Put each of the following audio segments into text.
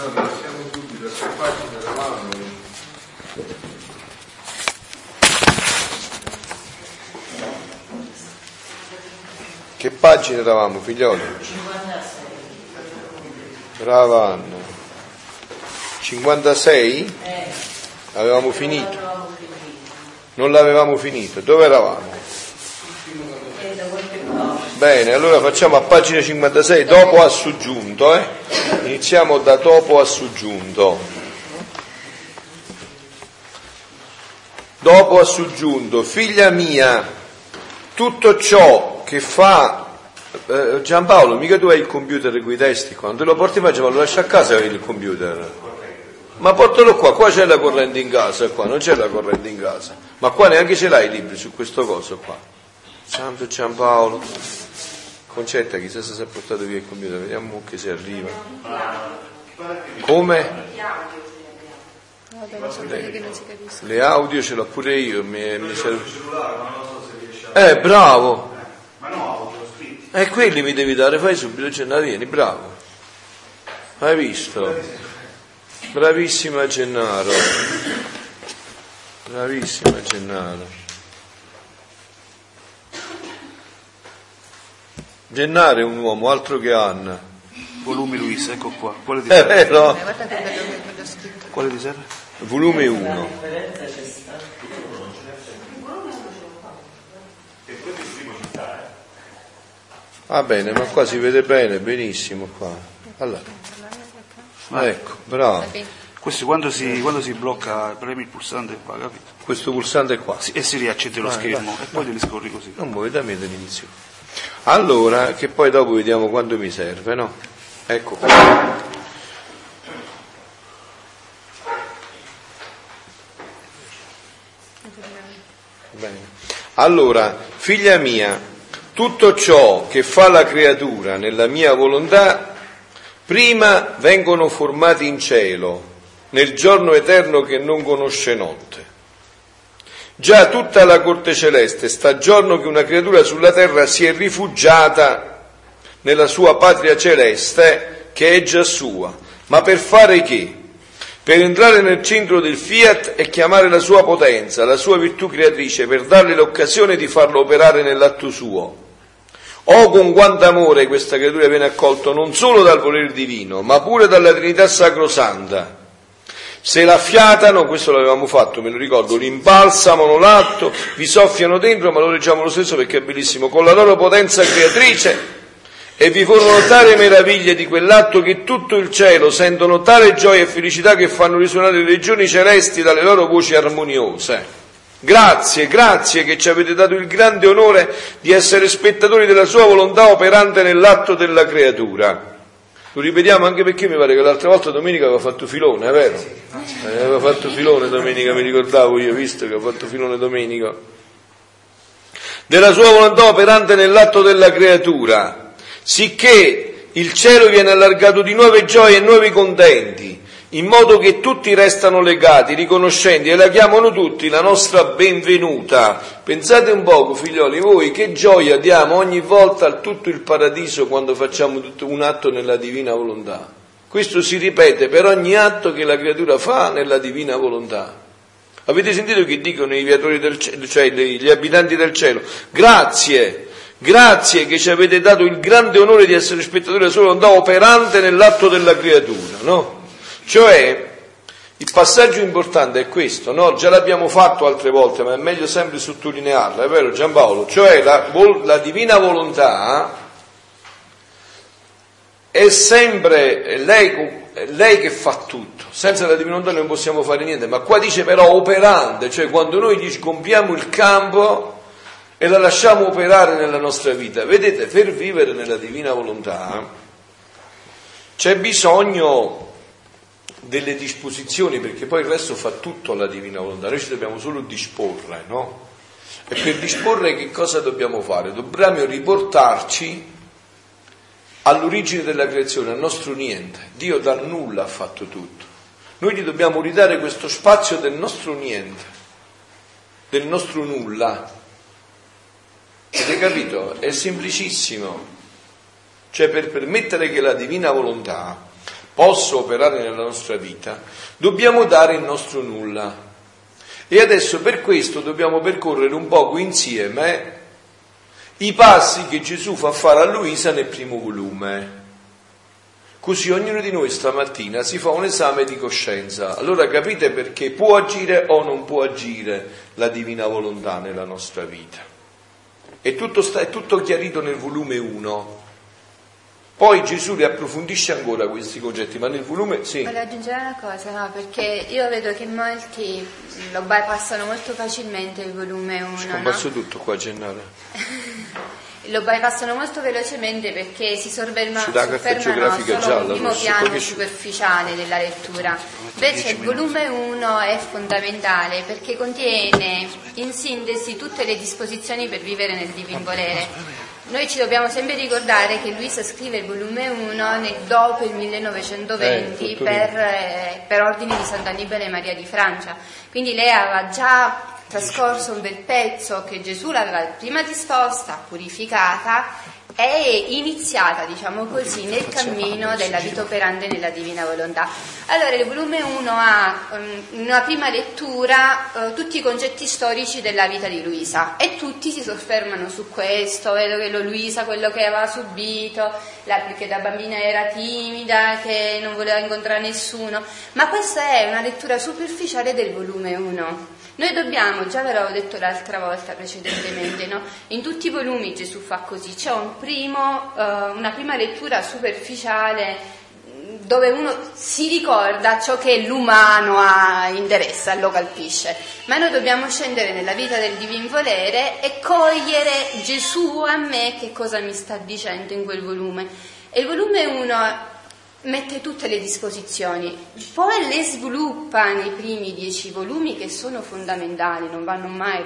Siamo subito, a che pagina eravamo? Che pagina eravamo, figlioli? 56. Brava Anna. 56? Avevamo finito. Non l'avevamo finito. Dove eravamo? Bene, allora facciamo a pagina 56, dopo assoggiunto, Iniziamo da dopo assoggiunto. Dopo assoggiunto, figlia mia, tutto ciò che fa... Giampaolo, mica tu hai il computer con i testi, quando te lo porti in faccia, ma lo lasci a casa il computer. Ma portalo qua c'è la corrente in casa, qua non c'è la corrente in casa. Ma qua neanche ce l'hai i libri su questo coso qua. Santo Giampaolo. Concetta, chissà se si è portato via il computer, vediamo che se arriva. Come? Le audio ce l'ho pure io, mi serve. Bravo. Quelli mi devi dare, fai subito, vieni, bravo. Hai visto? Bravissima Gennaro. Bravissima Gennaro. Gennaro è un uomo, altro che Anna. Volume Luis, ecco qua. Quale di serve? No. Quale di serve? Volume 1. Va bene, ma qua si vede bene, benissimo qua. Allora. Ecco, bravo. Questo quando si blocca, premi il pulsante qua, capito? Questo pulsante qua. Sì, e si riaccende lo schermo e poi te li scorri così. Non muove da me dall'inizio. Allora, che poi dopo vediamo quando mi serve, no? Ecco qua. Bene. Allora, figlia mia, tutto ciò che fa la creatura nella mia volontà, prima vengono formati in cielo, nel giorno eterno che non conosce notte. Già tutta la corte celeste sta giorno che una creatura sulla terra si è rifugiata nella sua patria celeste, che è già sua. Ma per fare che? Per entrare nel centro del fiat e chiamare la sua potenza, la sua virtù creatrice, per darle l'occasione di farlo operare nell'atto suo. Oh, con quanto amore questa creatura viene accolto non solo dal volere divino, ma pure dalla Trinità Sacrosanta. Se la fiatano, questo l'avevamo fatto, me lo ricordo, l'imbalsamano l'atto, vi soffiano dentro, ma lo leggiamo lo stesso perché è bellissimo, con la loro potenza creatrice, e vi fanno notare meraviglie di quell'atto che tutto il cielo sentono tale gioia e felicità che fanno risuonare le regioni celesti dalle loro voci armoniose. Grazie che ci avete dato il grande onore di essere spettatori della sua volontà operante nell'atto della creatura. Lo ripetiamo anche perché mi pare che l'altra volta domenica aveva fatto filone, è vero? Aveva fatto filone domenica, mi ricordavo io, visto che aveva fatto filone domenica. Della sua volontà operante nell'atto della creatura, sicché il cielo viene allargato di nuove gioie e nuovi contenti, in modo che tutti restano legati, riconoscenti e la chiamano tutti la nostra benvenuta. Pensate un poco, figlioli, voi che gioia diamo ogni volta a tutto il paradiso quando facciamo tutto un atto nella divina volontà. Questo si ripete per ogni atto che la creatura fa nella divina volontà. Avete sentito che dicono i viatori del cielo, cioè gli abitanti del cielo? Grazie che ci avete dato il grande onore di essere spettatori della sua volontà operante nell'atto della creatura, no? Cioè, il passaggio importante è questo, no? Già l'abbiamo fatto altre volte, ma è meglio sempre sottolinearlo, è vero Giampaolo? Cioè la divina volontà è sempre lei che fa tutto, senza la divina volontà non possiamo fare niente, ma qua dice però operante, cioè quando noi compiamo il campo e la lasciamo operare nella nostra vita. Vedete, per vivere nella divina volontà c'è bisogno delle disposizioni, perché poi il resto fa tutto la divina volontà, noi ci dobbiamo solo disporre, no? E per disporre che cosa dobbiamo fare? Dobbiamo riportarci all'origine della creazione, al nostro niente. Dio dal nulla ha fatto tutto, noi gli dobbiamo ridare questo spazio del nostro niente, del nostro nulla. Avete capito? È semplicissimo, cioè per permettere che la divina volontà possa operare nella nostra vita, dobbiamo dare il nostro nulla. E adesso per questo dobbiamo percorrere un poco insieme i passi che Gesù fa fare a Luisa nel primo volume. Così ognuno di noi stamattina si fa un esame di coscienza. Allora capite perché può agire o non può agire la divina volontà nella nostra vita. È tutto chiarito nel volume 1. Poi Gesù li approfondisce ancora questi concetti, ma nel volume... Sì. Voglio aggiungere una cosa, no? Perché io vedo che molti lo bypassano molto facilmente il volume 1. Scomparso no? tutto qua a Gennaro. Lo bypassano molto velocemente perché si soffermano solo sul primo piano superficiale della lettura. Invece il volume 1 è fondamentale perché contiene in sintesi tutte le disposizioni per vivere nel divin volere. Noi ci dobbiamo sempre ricordare che Luisa scrive il volume 1 dopo il 1920 per ordine di Sant'Annibale Maria di Francia. Quindi lei aveva già trascorso un bel pezzo che Gesù l'aveva prima disposta, purificata e iniziata, diciamo così, nel cammino della vita operante nella divina volontà. Allora il volume 1 ha in una prima lettura tutti i concetti storici della vita di Luisa e tutti si soffermano su questo, vedo che Luisa, quello che aveva subito, perché da bambina era timida, che non voleva incontrare nessuno, ma questa è una lettura superficiale del volume 1. Noi dobbiamo, già ve l'avevo detto l'altra volta precedentemente, no? In tutti i volumi Gesù fa così, c'è una prima lettura superficiale dove uno si ricorda ciò che l'umano interessa, lo calpisce, ma noi dobbiamo scendere nella vita del divin volere e cogliere Gesù a me che cosa mi sta dicendo in quel volume. E il volume 1 mette tutte le disposizioni, poi le sviluppa nei primi 10 volumi che sono fondamentali, non vanno mai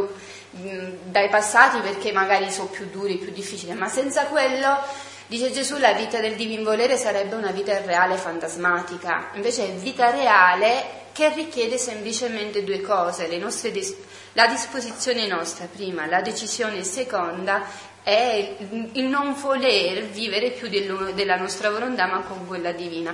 bypassati perché magari sono più duri, più difficili, ma senza quello, dice Gesù, la vita del divin volere sarebbe una vita irreale fantasmatica, invece è vita reale che richiede semplicemente due cose, la disposizione nostra prima, la decisione seconda è il non voler vivere più della nostra volontà ma con quella divina.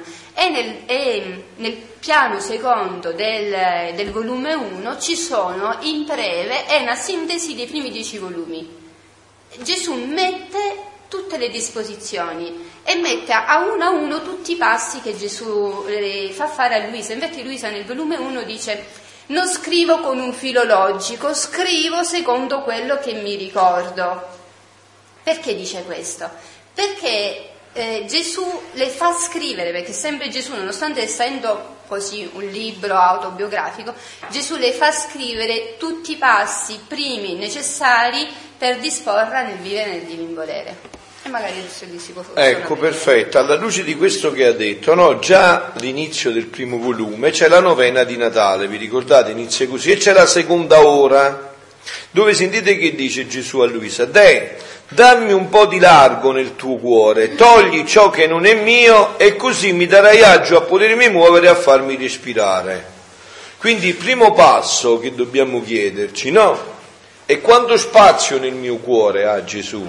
E nel piano secondo del volume 1 ci sono in breve, è una sintesi dei primi 10 volumi. Gesù mette tutte le disposizioni e mette a uno tutti i passi che Gesù fa fare a Luisa. Infatti Luisa nel volume 1 dice: non scrivo con un filo logico, scrivo secondo quello che mi ricordo. Perché dice questo? Perché Gesù le fa scrivere, perché sempre Gesù, nonostante essendo così un libro autobiografico, Gesù le fa scrivere tutti i passi primi necessari per disporla nel vivere nel divin volere. E magari adesso lì si può Ecco, perfetto. Alla luce di questo che ha detto, no? Già all'inizio del primo volume c'è la novena di Natale, vi ricordate? Inizia così, e c'è la seconda ora, dove sentite che dice Gesù a Luisa: dammi un po' di largo nel tuo cuore, togli ciò che non è mio e così mi darai agio a potermi muovere e a farmi respirare. Quindi il primo passo che dobbiamo chiederci, no? È quanto spazio nel mio cuore ha Gesù?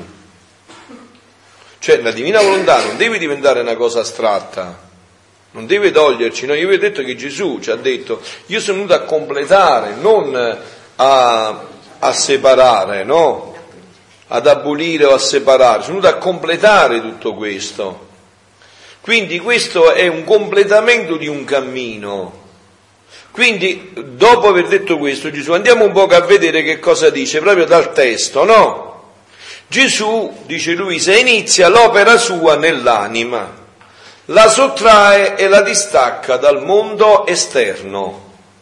Cioè la divina volontà non deve diventare una cosa astratta, non deve toglierci, no? Io vi ho detto che Gesù ci ha detto: io sono venuto a completare, non a separare, no? Ad abolire o a separare, sono venuto a completare tutto questo. Quindi questo è un completamento di un cammino. Quindi dopo aver detto questo, Gesù, andiamo un po' a vedere che cosa dice proprio dal testo, no? Gesù, dice Luisa, inizia l'opera sua nell'anima, la sottrae e la distacca dal mondo esterno.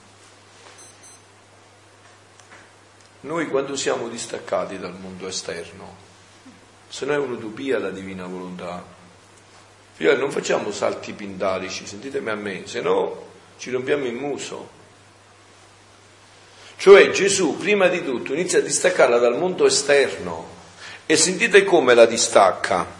Noi quando siamo distaccati dal mondo esterno, se no è un'utopia la divina volontà. Figlioli, non facciamo salti pindarici, sentitemi a me, se no ci rompiamo il muso. Cioè Gesù prima di tutto inizia a distaccarla dal mondo esterno e sentite come la distacca.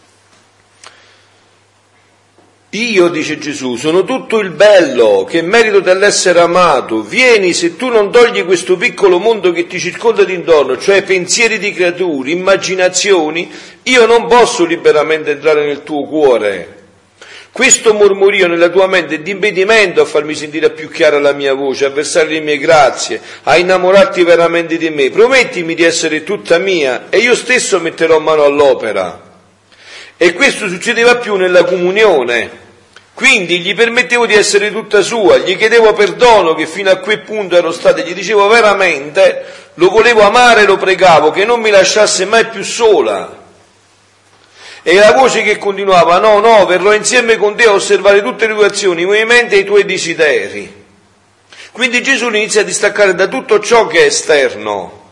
Io, dice Gesù, sono tutto il bello che merito dell'essere amato. Vieni, se tu non togli questo piccolo mondo che ti circonda d'intorno, cioè pensieri di creature, immaginazioni, io non posso liberamente entrare nel tuo cuore. Questo mormorio nella tua mente è di impedimento a farmi sentire più chiara la mia voce, a versare le mie grazie, a innamorarti veramente di me. Promettimi di essere tutta mia e io stesso metterò mano all'opera. E questo succedeva più nella comunione. Quindi gli permettevo di essere tutta sua, gli chiedevo perdono che fino a quel punto ero stato, gli dicevo veramente, lo volevo amare, lo pregavo, che non mi lasciasse mai più sola. E la voce che continuava, no, verrò insieme con te a osservare tutte le tue azioni, i movimenti e i tuoi desideri. Quindi Gesù inizia a distaccare da tutto ciò che è esterno.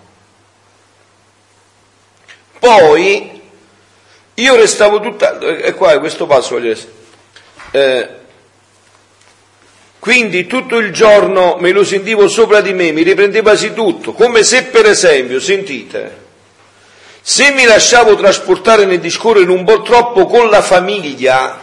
Poi io restavo tutta, e qua questo passo voglio essere. Quindi tutto il giorno me lo sentivo sopra di me, mi riprendevasi tutto, come se per esempio, sentite, se mi lasciavo trasportare nel discorrere un po' troppo con la famiglia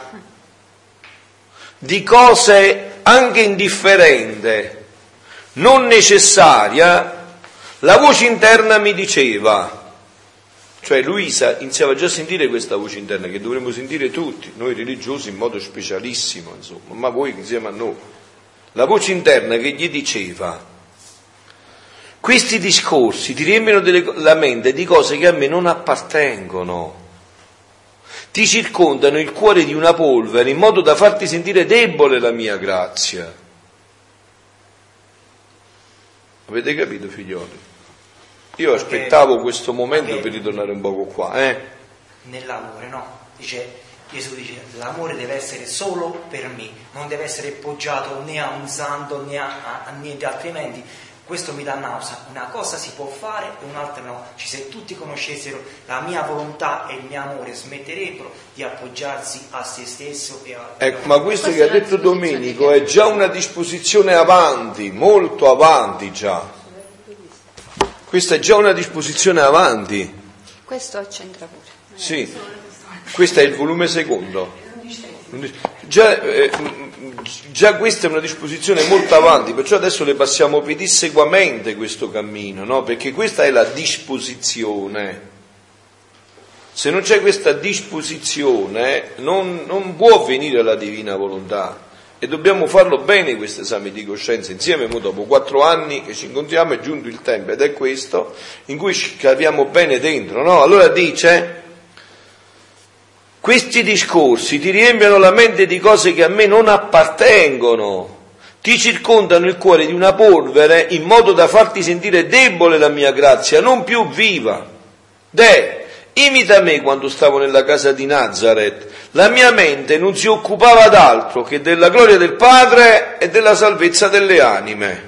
di cose anche indifferenti, non necessaria, la voce interna mi diceva, cioè Luisa iniziava già a sentire questa voce interna che dovremmo sentire tutti, noi religiosi in modo specialissimo, insomma, ma voi insieme a noi. La voce interna che gli diceva: questi discorsi ti riempiono la mente di cose che a me non appartengono, ti circondano il cuore di una polvere in modo da farti sentire debole la mia grazia. Avete capito, figlioli? Io aspettavo questo momento per ritornare un poco qua. Nell'amore, no? Gesù dice, l'amore deve essere solo per me, non deve essere poggiato né a un santo né a niente, altrimenti questo mi dà nausea. Una cosa si può fare e un'altra no. Se tutti conoscessero la mia volontà e il mio amore, smetterebbero di appoggiarsi a se stesso e a... ma questo che ha detto Domenico è già una disposizione avanti, molto avanti già. Questa è già una disposizione avanti. Questo c'entra pure. Sì, questo è il volume secondo. Già questa è una disposizione molto avanti, perciò adesso le passiamo pedissequamente questo cammino, no? Perché questa è la disposizione. Se non c'è questa disposizione non può venire la divina volontà. E dobbiamo farlo bene questo esame di coscienza insieme. Dopo 4 anni che ci incontriamo è giunto il tempo, ed è questo in cui ci capiamo bene dentro, no? Allora dice: questi discorsi ti riempiono la mente di cose che a me non appartengono, ti circondano il cuore di una polvere in modo da farti sentire debole la mia grazia, non più viva. Imita me quando stavo nella casa di Nazareth. La mia mente non si occupava d'altro che della gloria del Padre e della salvezza delle anime.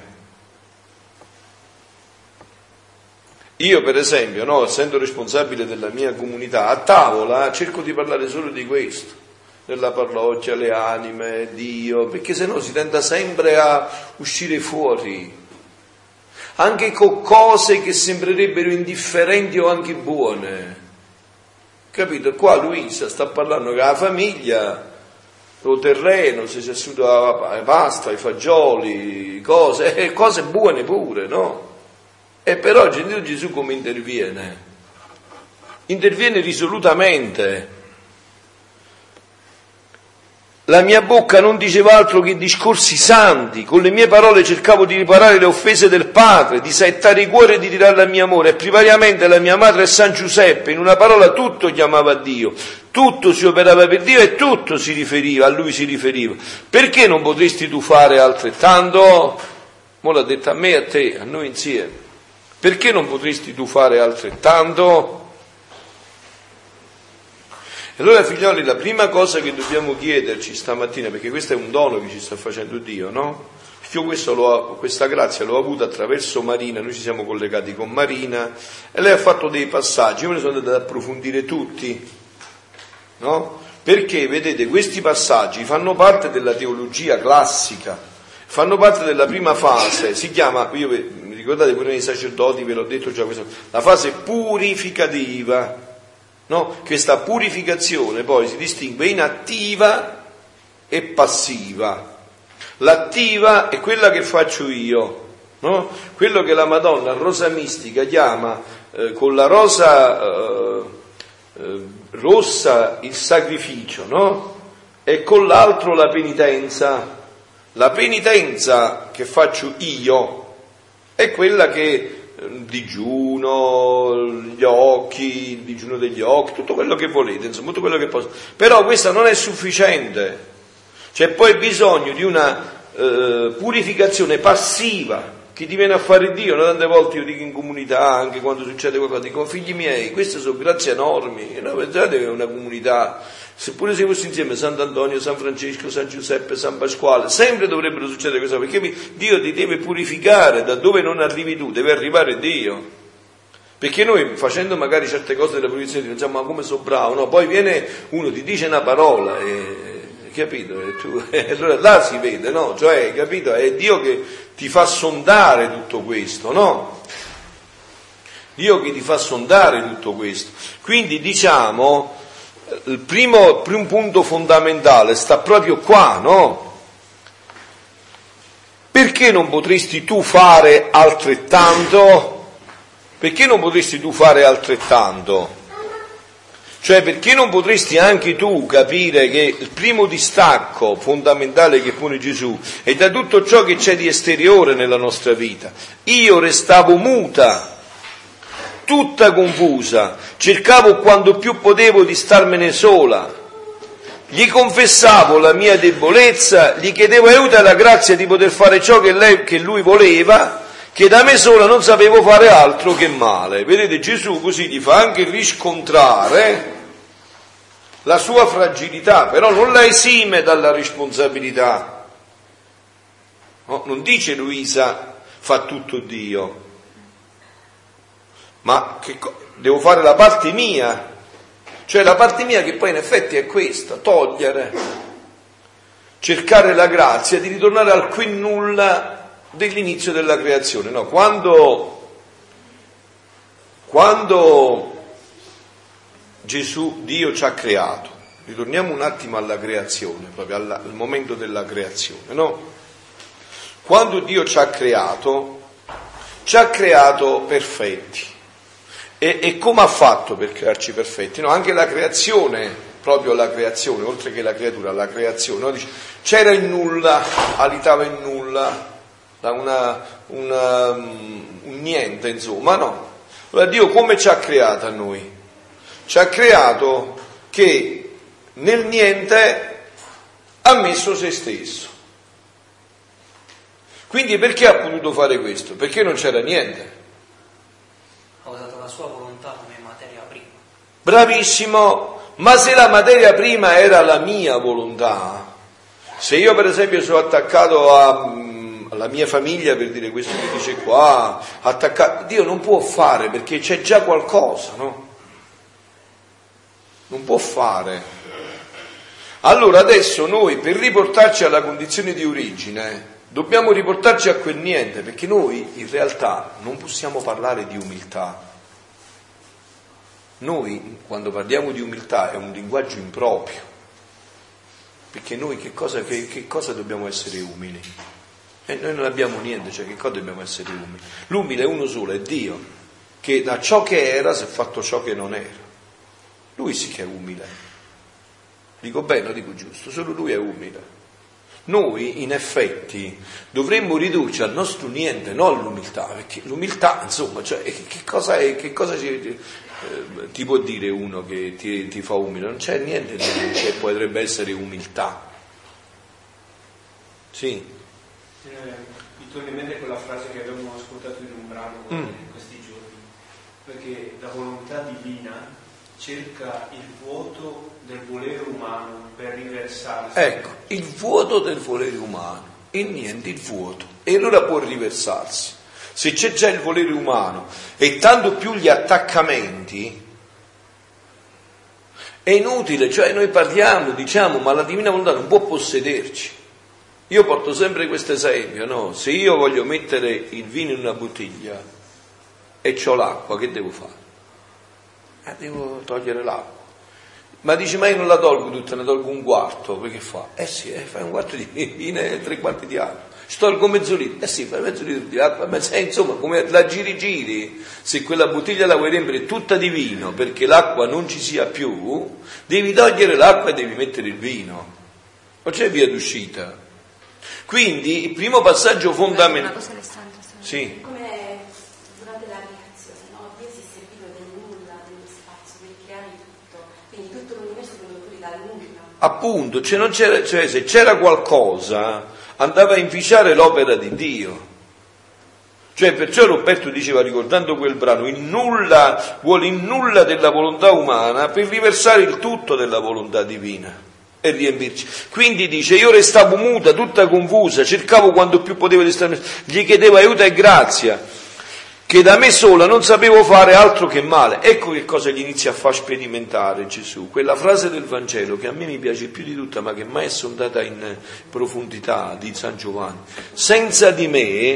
Io, per esempio, no, essendo responsabile della mia comunità, a tavola cerco di parlare solo di questo, della parrocchia, le anime, Dio, perché sennò si tenta sempre a uscire fuori, anche con cose che sembrerebbero indifferenti o anche buone. Capito? Qua Luisa sta parlando che la famiglia, lo terreno, se si è assunto la pasta, i fagioli, cose buone pure, no? E però Gesù come interviene? Interviene risolutamente. La mia bocca non diceva altro che discorsi santi, con le mie parole cercavo di riparare le offese del Padre, di saettare i cuori e di tirare il mio amore. E primariamente la mia madre e San Giuseppe, in una parola tutto chiamava Dio, tutto si operava per Dio e tutto si riferiva, a Lui si riferiva. Perché non potresti tu fare altrettanto? Mo' l'ha detto a me e a te, a noi insieme. Perché non potresti tu fare altrettanto? Allora, figlioli, la prima cosa che dobbiamo chiederci stamattina, perché questo è un dono che ci sta facendo Dio, no? Io questa grazia l'ho avuta attraverso Marina, noi ci siamo collegati con Marina e lei ha fatto dei passaggi, io me ne sono andato ad approfondire tutti, no? Perché, vedete, questi passaggi fanno parte della teologia classica, fanno parte della prima fase, si chiama, mi ricordate pure nei sacerdoti, ve l'ho detto già, la fase purificativa. No? Questa purificazione poi si distingue in attiva e passiva. L'attiva è quella che faccio io, no? Quello che la Madonna Rosa Mistica chiama con la rosa rossa il sacrificio, no? e con l'altro la penitenza. La penitenza che faccio io è quella che digiuno, gli occhi, il digiuno degli occhi, tutto quello che volete, insomma, tutto quello che posso. Però questa non è sufficiente. C'è poi bisogno di una purificazione passiva. Chi ti viene a fare Dio, tante volte io dico in comunità, anche quando succede qualcosa, dico figli miei, queste sono grazie enormi, no? Pensate che è una comunità, seppure se fosse insieme Sant'Antonio, San Francesco, San Giuseppe, San Pasquale, sempre dovrebbero succedere queste cose, perché Dio ti deve purificare, da dove non arrivi tu, deve arrivare Dio. Perché noi facendo magari certe cose della purificazione diciamo ma come sono bravo, no? Poi viene uno, ti dice una parola capito? E tu, allora là si vede, no? Cioè, capito? È Dio che ti fa sondare tutto questo, no? Dio che ti fa sondare tutto questo. Quindi diciamo, il primo punto fondamentale sta proprio qua, no? Perché non potresti tu fare altrettanto? Perché non potresti tu fare altrettanto? Cioè, perché non potresti anche tu capire che il primo distacco fondamentale che pone Gesù è da tutto ciò che c'è di esteriore nella nostra vita? Io restavo muta, tutta confusa, cercavo quanto più potevo di starmene sola, gli confessavo la mia debolezza, gli chiedevo aiuto e la grazia di poter fare ciò che lui voleva, che da me sola non sapevo fare altro che male. Vedete, Gesù così gli fa anche riscontrare la sua fragilità, però non la esime dalla responsabilità. No, non dice Luisa fa tutto Dio, ma devo fare la parte mia, cioè la parte mia che poi in effetti è questa, togliere, cercare la grazia di ritornare al qui nulla dell'inizio della creazione, no? Quando Dio ci ha creato, ritorniamo un attimo alla creazione, proprio al momento della creazione, no? Quando Dio ci ha creato perfetti. E come ha fatto per crearci perfetti? No? Anche la creazione, proprio la creazione, oltre che la creatura, la creazione, no? Dice, c'era il nulla, alitava in nulla, da un niente, insomma, no? Allora Dio come ci ha creato a noi? Ci ha creato che nel niente ha messo se stesso. Quindi perché ha potuto fare questo? Perché non c'era niente. Ha usato la sua volontà come materia prima. Bravissimo, ma se la materia prima era la mia volontà, se io per esempio sono attaccato alla mia famiglia, per dire questo che dice qua, Dio non può fare perché c'è già qualcosa, no? Non può fare. Allora adesso noi per riportarci alla condizione di origine dobbiamo riportarci a quel niente, perché noi in realtà non possiamo parlare di umiltà. Noi quando parliamo di umiltà è un linguaggio improprio, perché noi che cosa dobbiamo essere umili? Noi non abbiamo niente, cioè che cosa dobbiamo essere umili? L'umile è uno solo, è Dio, che da ciò che era si è fatto ciò che non era. Lui sì che è umile. Dico bene o dico giusto? Solo lui è umile. Noi in effetti dovremmo ridurci al nostro niente, non all'umiltà, perché l'umiltà, insomma, cioè, che cosa ti può dire uno che ti fa umile? Non c'è niente che potrebbe essere umiltà. Sì. Mi torna in mente quella frase che abbiamo ascoltato in un brano in questi giorni, perché la volontà divina cerca il vuoto del volere umano per riversarsi. Ecco, il vuoto del volere umano, il niente, il vuoto, e allora può riversarsi. Se c'è già il volere umano e tanto più gli attaccamenti, è inutile, cioè noi parliamo, diciamo, ma la divina volontà non può possederci. Io porto sempre questo esempio, no? Se io voglio mettere il vino in una bottiglia e c'ho l'acqua, che devo fare? Devo togliere l'acqua. Ma dice, ma io non la tolgo tutta, ne tolgo un quarto, perché fa? Sì, fai un quarto di vino e 3 quarti di acqua. Ci tolgo mezzo litro, sì, fai mezzo litro di acqua, insomma, come la giri, se quella bottiglia la vuoi riempire tutta di vino, perché l'acqua non ci sia più, devi togliere l'acqua e devi mettere il vino. non c'è via d'uscita. Quindi il primo passaggio fondamentale. Sì. Come durante la creazione, no? Dio si è servito del nulla, dello spazio per creare tutto, quindi tutto l'universo è venuto fuori dal nulla. Appunto, non c'era, se c'era qualcosa andava a inficiare l'opera di Dio. Perciò Roberto diceva, ricordando quel brano, il nulla vuole il nulla della volontà umana per riversare il tutto della volontà divina e riempirci. Quindi dice, io restavo muta, tutta confusa, cercavo quanto più potevo restare, gli chiedevo aiuto e grazia, che da me sola non sapevo fare altro che male. Ecco che cosa gli inizia a far sperimentare Gesù, quella frase del Vangelo che a me mi piace più di tutta, ma che mai è sondata in profondità, di San Giovanni: senza di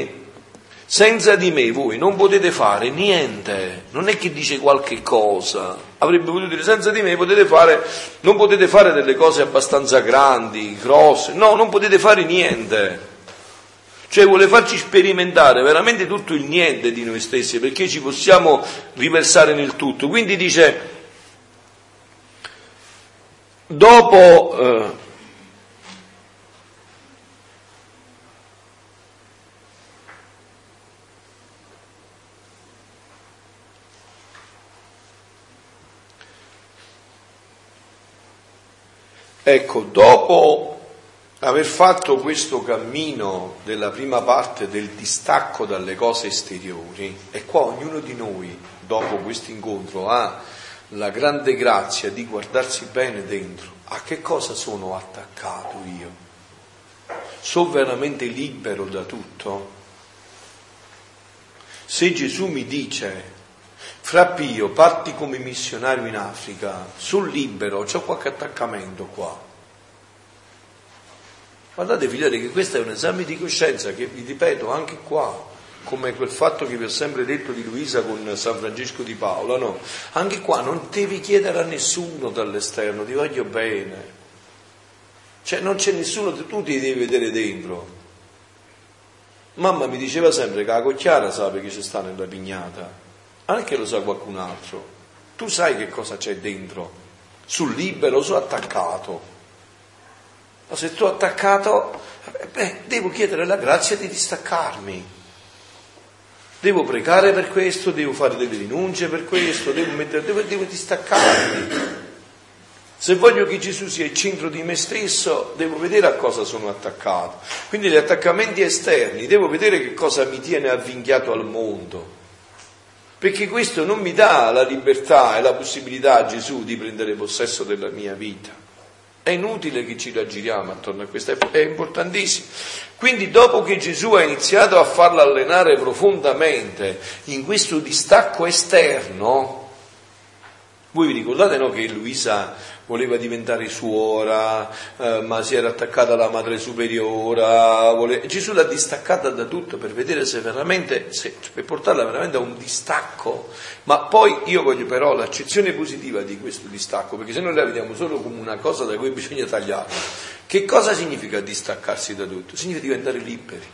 me voi non potete fare niente. Non è che dice qualche cosa, avrebbe potuto dire senza di me non potete fare delle cose abbastanza grandi, grosse, no, non potete fare niente. Vuole farci sperimentare veramente tutto il niente di noi stessi, perché ci possiamo riversare nel tutto. Quindi dice, dopo aver fatto questo cammino della prima parte del distacco dalle cose esteriori, e qua ognuno di noi, dopo questo incontro, ha la grande grazia di guardarsi bene dentro. A che cosa sono attaccato io? Sono veramente libero da tutto? Se Gesù mi dice, Fra Pio, parti come missionario in Africa, sono libero, c'ho qualche attaccamento qua. Guardate figlioli che questo è un esame di coscienza che, vi ripeto, anche qua, come quel fatto che vi ho sempre detto di Luisa con San Francesco di Paola, no? Anche qua non devi chiedere a nessuno dall'esterno, ti voglio bene. Non c'è nessuno, tu ti devi vedere dentro. Mamma mi diceva sempre che la cocchiara sa che ci sta nella pignata, anche lo sa qualcun altro. Tu sai che cosa c'è dentro, sul libero, sul attaccato. Ma se tu attaccato, devo chiedere la grazia di distaccarmi, devo pregare per questo, devo fare delle rinunce per questo, devo distaccarmi. Se voglio che Gesù sia il centro di me stesso, devo vedere a cosa sono attaccato. Quindi gli attaccamenti esterni, devo vedere che cosa mi tiene avvinghiato al mondo, perché questo non mi dà la libertà e la possibilità a Gesù di prendere possesso della mia vita. È inutile che ci raggiriamo attorno a questo, è importantissimo. Quindi dopo che Gesù ha iniziato a farla allenare profondamente in questo distacco esterno, voi vi ricordate, no, che Luisa voleva diventare suora, ma si era attaccata alla madre superiora, Gesù l'ha distaccata da tutto per vedere se veramente, per portarla veramente a un distacco. Ma poi io voglio però l'accezione positiva di questo distacco, perché se noi la vediamo solo come una cosa da cui bisogna tagliare. Che cosa significa distaccarsi da tutto? Significa diventare liberi.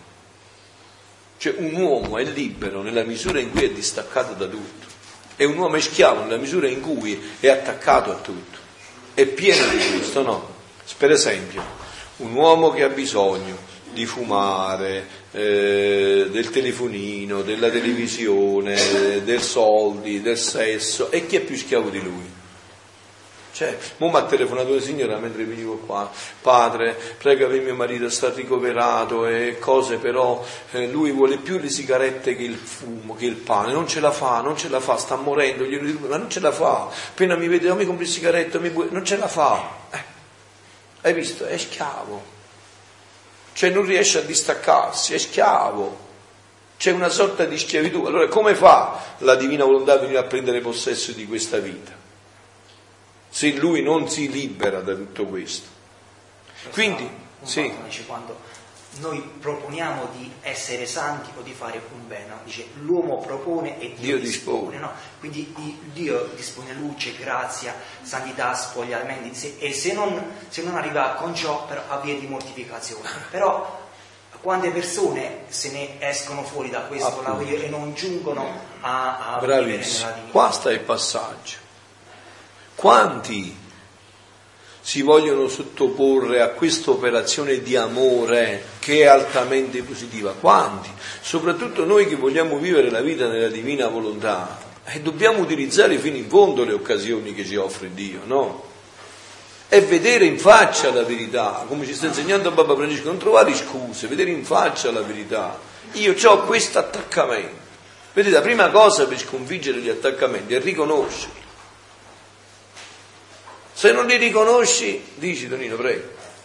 Un uomo è libero nella misura in cui è distaccato da tutto, e un uomo è schiavo nella misura in cui è attaccato a tutto. È pieno di questo, no? Per esempio, un uomo che ha bisogno di fumare, del telefonino, della televisione, del soldi, del sesso, e chi è più schiavo di lui? Mo' mi ha telefonato una signora mentre venivo qua: padre, prega per mio marito, sta ricoverato e cose, però lui vuole più le sigarette che il fumo, che il pane, non ce la fa, sta morendo, ma non ce la fa, appena mi vede, mi compri sigarette, non ce la fa. Hai visto? È schiavo, non riesce a distaccarsi, è schiavo, c'è una sorta di schiavitù. Allora come fa la divina volontà a venire a prendere possesso di questa vita, se lui non si libera da tutto questo? Quindi, sì. Dice, quando noi proponiamo di essere santi o di fare un bene, no? Dice l'uomo propone e Dio dispone, no? Quindi Dio dispone luce, grazia, santità, spogliamenti, e se non arriva con ciò, però avvia di mortificazione. Però quante persone se ne escono fuori da questo lavoro e non giungono a vivere nella divinità? Qua sta il passaggio. Quanti si vogliono sottoporre a questa operazione di amore che è altamente positiva? Quanti? Soprattutto noi che vogliamo vivere la vita nella divina volontà, dobbiamo utilizzare fino in fondo le occasioni che ci offre Dio, no? E vedere in faccia la verità, come ci sta insegnando Papa Francesco, non trovare scuse, vedere in faccia la verità. Io ho questo attaccamento. Vedete, la prima cosa per sconfiggere gli attaccamenti è riconoscerli. Se non li riconosci, dici Tonino, prego.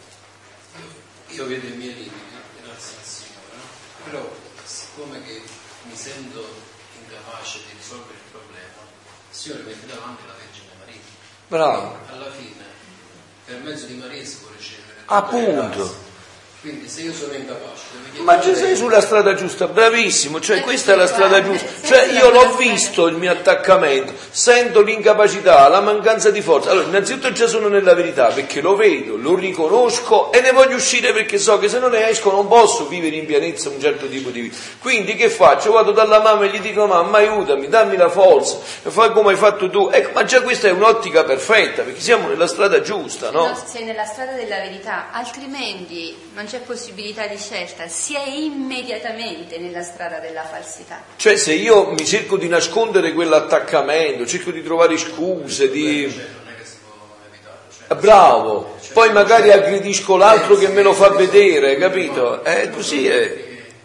Io vedo i miei limiti, grazie al Signore, no? Però siccome che mi sento incapace di risolvere il problema, il Signore mette davanti la Vergine Maria. Bravo. E alla fine, per mezzo di Maria si può ricevere. Appunto. Quindi se io sono incapace, ma ci sei sulla strada giusta, bravissimo, cioè questa è la strada giusta, cioè io l'ho visto il mio attaccamento, sento l'incapacità, la mancanza di forza, allora innanzitutto già sono nella verità perché lo vedo, lo riconosco e ne voglio uscire perché so che se non ne esco non posso vivere in pienezza un certo tipo di vita. Quindi che faccio? Vado dalla mamma e gli dico mamma aiutami, dammi la forza, fai come hai fatto tu, ecco, ma già questa è un'ottica perfetta perché siamo nella strada giusta, no? No, sei nella strada della verità, altrimenti non c'è possibilità di scelta, si è immediatamente nella strada della falsità. Cioè se io mi cerco di nascondere quell'attaccamento, cerco di trovare scuse, di... non è che si può evitare. Bravo, poi magari aggredisco l'altro che me lo fa vedere, capito? Così è.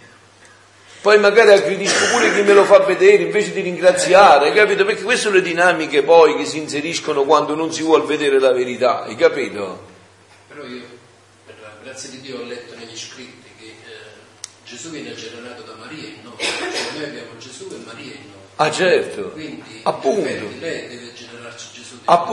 Poi magari aggredisco pure chi me lo fa vedere invece di ringraziare, capito? Perché queste sono le dinamiche poi che si inseriscono quando non si vuol vedere la verità, hai capito? Però io, per la grazia di Dio, ho letto negli scritti che Gesù viene generato da Maria in noi, cioè noi abbiamo Gesù e Maria in noi. Ah certo, Quindi appunto, lei deve generarci Gesù.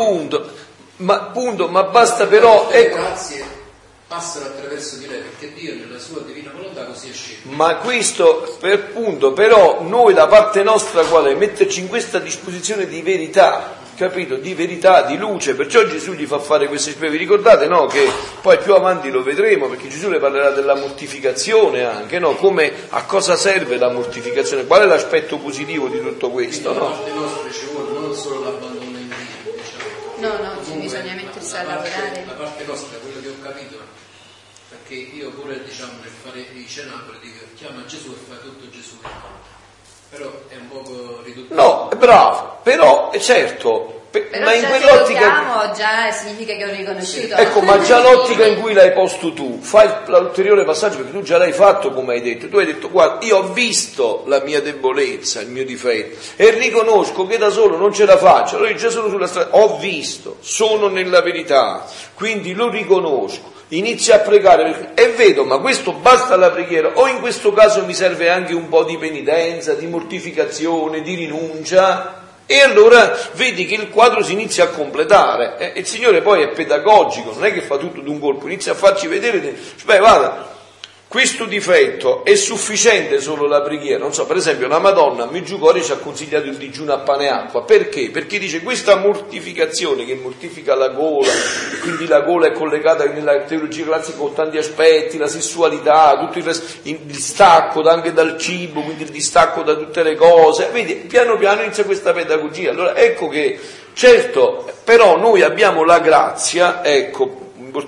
Appunto, ma basta però... Le grazie passano attraverso di lei perché Dio nella sua divina volontà così è scelto. Ma questo per punto, però noi da parte nostra qual è? Metterci in questa disposizione di verità, capito? Di verità, di luce, perciò Gesù gli fa fare queste esperienze. Vi ricordate, no? Che poi più avanti lo vedremo, perché Gesù le parlerà della mortificazione anche, no? Come, a cosa serve la mortificazione? Qual è l'aspetto positivo di tutto questo, no? Da parte nostra ci vuole non solo l'abbandono in Dio, diciamo. No, bisogna mettersi a lavorare. La parte nostra, quello che ho capito, perché io pure, diciamo, nel fare i cenacoli dico chiama Gesù e fai tutto Gesù che fa. Però è un poco riduttivo. No, bravo, però certo, però ma in già quell'ottica già significa che ho riconosciuto. Ecco, ma già l'ottica in cui l'hai posto tu, fai l'ulteriore passaggio perché tu già l'hai fatto come hai detto. Tu hai detto guarda, io ho visto la mia debolezza, il mio difetto e riconosco che da solo non ce la faccio. Allora io già sono sulla strada, ho visto, sono nella verità, quindi lo riconosco. Inizio a pregare e vedo, ma questo basta la preghiera o in questo caso mi serve anche un po' di penitenza, di mortificazione, di rinuncia, e allora vedi che il quadro si inizia a completare. Il Signore poi è pedagogico, non è che fa tutto d'un colpo, inizia a farci vedere, beh guarda, questo difetto è sufficiente solo la preghiera. Non so, per esempio una Madonna a Meggiugorie ci ha consigliato il digiuno a pane e acqua. Perché? Perché dice questa mortificazione che mortifica la gola, e quindi la gola è collegata nella teologia classica con tanti aspetti, la sessualità, tutto il distacco anche dal cibo, quindi il distacco da tutte le cose. Vedi, piano piano inizia questa pedagogia. Allora ecco che, certo, però noi abbiamo la grazia, ecco,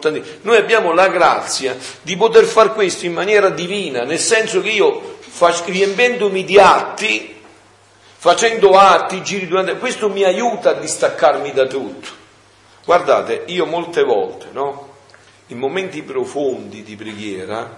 noi abbiamo la grazia di poter far questo in maniera divina, nel senso che io riempiendomi di atti, facendo atti, giri durante, questo mi aiuta a distaccarmi da tutto. Guardate, io molte volte, no, in momenti profondi di preghiera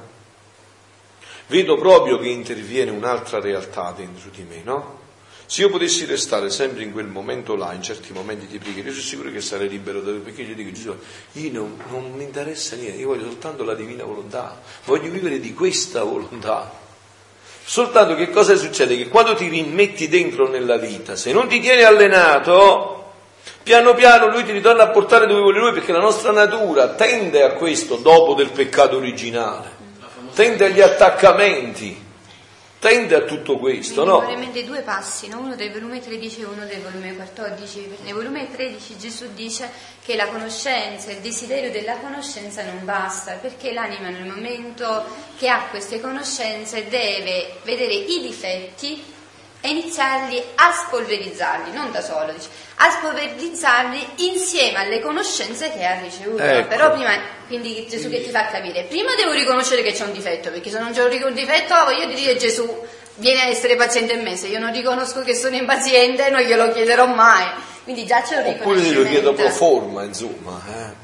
vedo proprio che interviene un'altra realtà dentro di me, no? Se io potessi restare sempre in quel momento là, in certi momenti di preghiera, io sono sicuro che sarei libero da tutto, perché io dico Gesù, io non mi interessa niente, io voglio soltanto la divina volontà, voglio vivere di questa volontà. Soltanto che cosa succede? Che quando ti rimetti dentro nella vita, se non ti tieni allenato, piano piano lui ti ritorna a portare dove vuole lui, perché la nostra natura tende a questo dopo del peccato originale, tende agli attaccamenti. Tende a tutto questo, no? Probabilmente due passi, no? Uno del volume 13 e uno del volume 14. Nel volume 13 Gesù dice che la conoscenza, il desiderio della conoscenza non basta, perché l'anima nel momento che ha queste conoscenze deve vedere i difetti e iniziarli a spolverizzarli, non da solo, dice, a spolverizzarli insieme alle conoscenze che ha ricevuto. Ecco. Però prima, quindi Gesù che ti fa capire, prima devo riconoscere che c'è un difetto, perché se non c'è un difetto voglio dire Gesù vieni a essere paziente in me, se io non riconosco che sono impaziente non glielo chiederò mai, quindi già c'è un riconoscimento. Oppure glielo chiedo pro forma, insomma.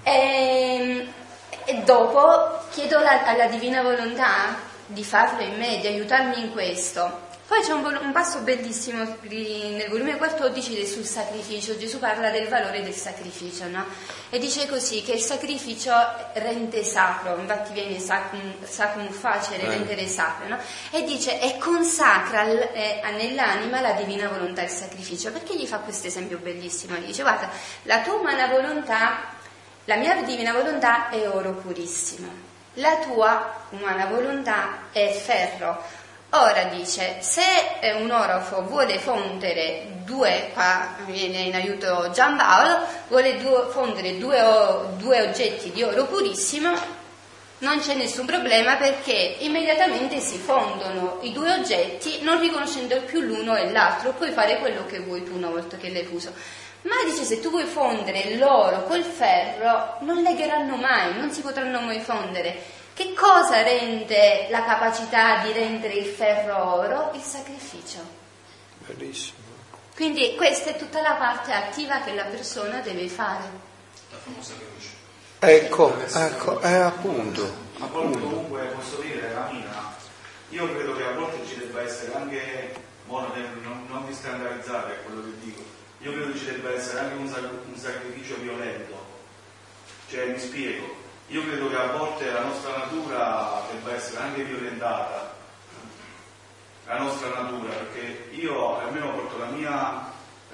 E dopo chiedo alla divina volontà di farlo in me, di aiutarmi in questo. Poi c'è un passo bellissimo nel volume 14 sul sacrificio. Gesù parla del valore del sacrificio, no? E dice così, che il sacrificio rende sacro, infatti viene sacrum facere, rendere sacro, no? E dice, e consacra nell'anima la divina volontà il sacrificio. Perché gli fa questo esempio bellissimo? Gli dice, guarda, la tua umana volontà, la mia divina volontà è oro purissimo, la tua umana volontà è ferro. Ora dice, se un orafo vuole fondere qua viene in aiuto Giampaolo, vuole fondere due oggetti di oro purissimo, non c'è nessun problema, perché immediatamente si fondono i due oggetti, non riconoscendo più l'uno e l'altro, puoi fare quello che vuoi tu una volta che l'hai fuso. Ma dice, se tu vuoi fondere l'oro col ferro, non legheranno mai, non si potranno mai fondere. Che cosa rende la capacità di rendere il ferro oro? Il sacrificio. Bellissimo. Quindi questa è tutta la parte attiva che la persona deve fare. La famosa croce. Ecco, appunto. A volte comunque posso dire, Amina, io credo che a volte ci debba essere anche, non vi scandalizzate quello che dico, io credo che ci debba essere anche un sacrificio violento. Cioè, mi spiego. Io credo che a volte la nostra natura debba essere anche violentata, la nostra natura, perché io almeno porto la mia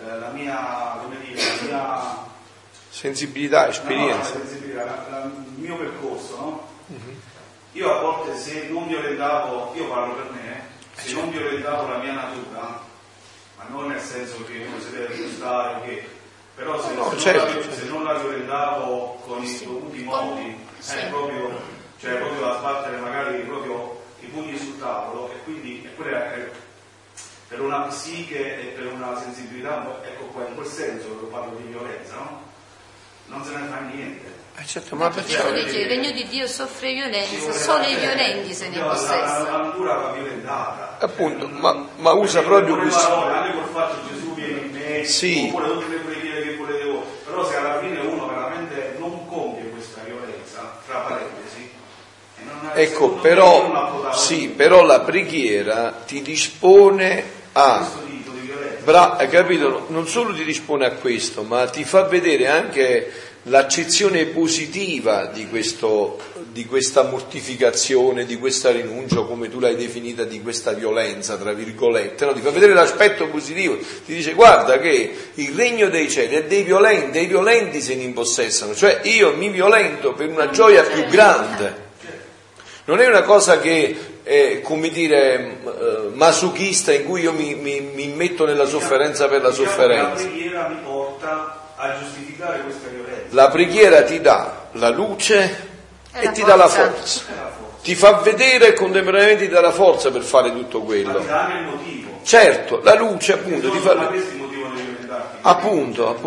sensibilità, esperienza. Il mio percorso, no? Mm-hmm. Io a volte, se non violentavo, io parlo per me, se non violentavo la mia natura, ma non nel senso che uno si deve aggiustare, però se non la violentavo con i dovuti modi, proprio a sbattere magari proprio i pugni sul tavolo, e quindi per una psiche e per una sensibilità, ecco qua, in quel senso che parlo di violenza, no? Non se ne fa niente. Certo, ma perciò dice, il regno di Dio soffre violenza, solo i violenti se ne possessano. La natura va violentata. Appunto, ma usa proprio questo. Anche col fatto che Gesù viene in me, sì. Oppure tutte le preghiere che volete voi, però se alla fine uno veramente non compie questa violenza, tra parentesi, ecco, però la preghiera ti dispone a hai capito? Non solo ti dispone a questo, ma ti fa vedere anche l'accezione positiva di questa mortificazione, di questa rinuncia, come tu l'hai definita, di questa violenza, tra virgolette, no? Ti fa vedere l'aspetto positivo, ti dice guarda che il regno dei cieli è dei violenti se ne impossessano, cioè io mi violento per una gioia più grande. Non è una cosa che è, come dire, masochista, in cui io mi metto nella sofferenza per la sofferenza. La preghiera mi porta a giustificare questa violenza. La preghiera ti dà la luce e ti dà la forza. Ti fa vedere e contemporaneamente ti dà la forza per fare tutto quello. Ma ti dà anche il motivo. Certo, la luce appunto ti fa... Appunto.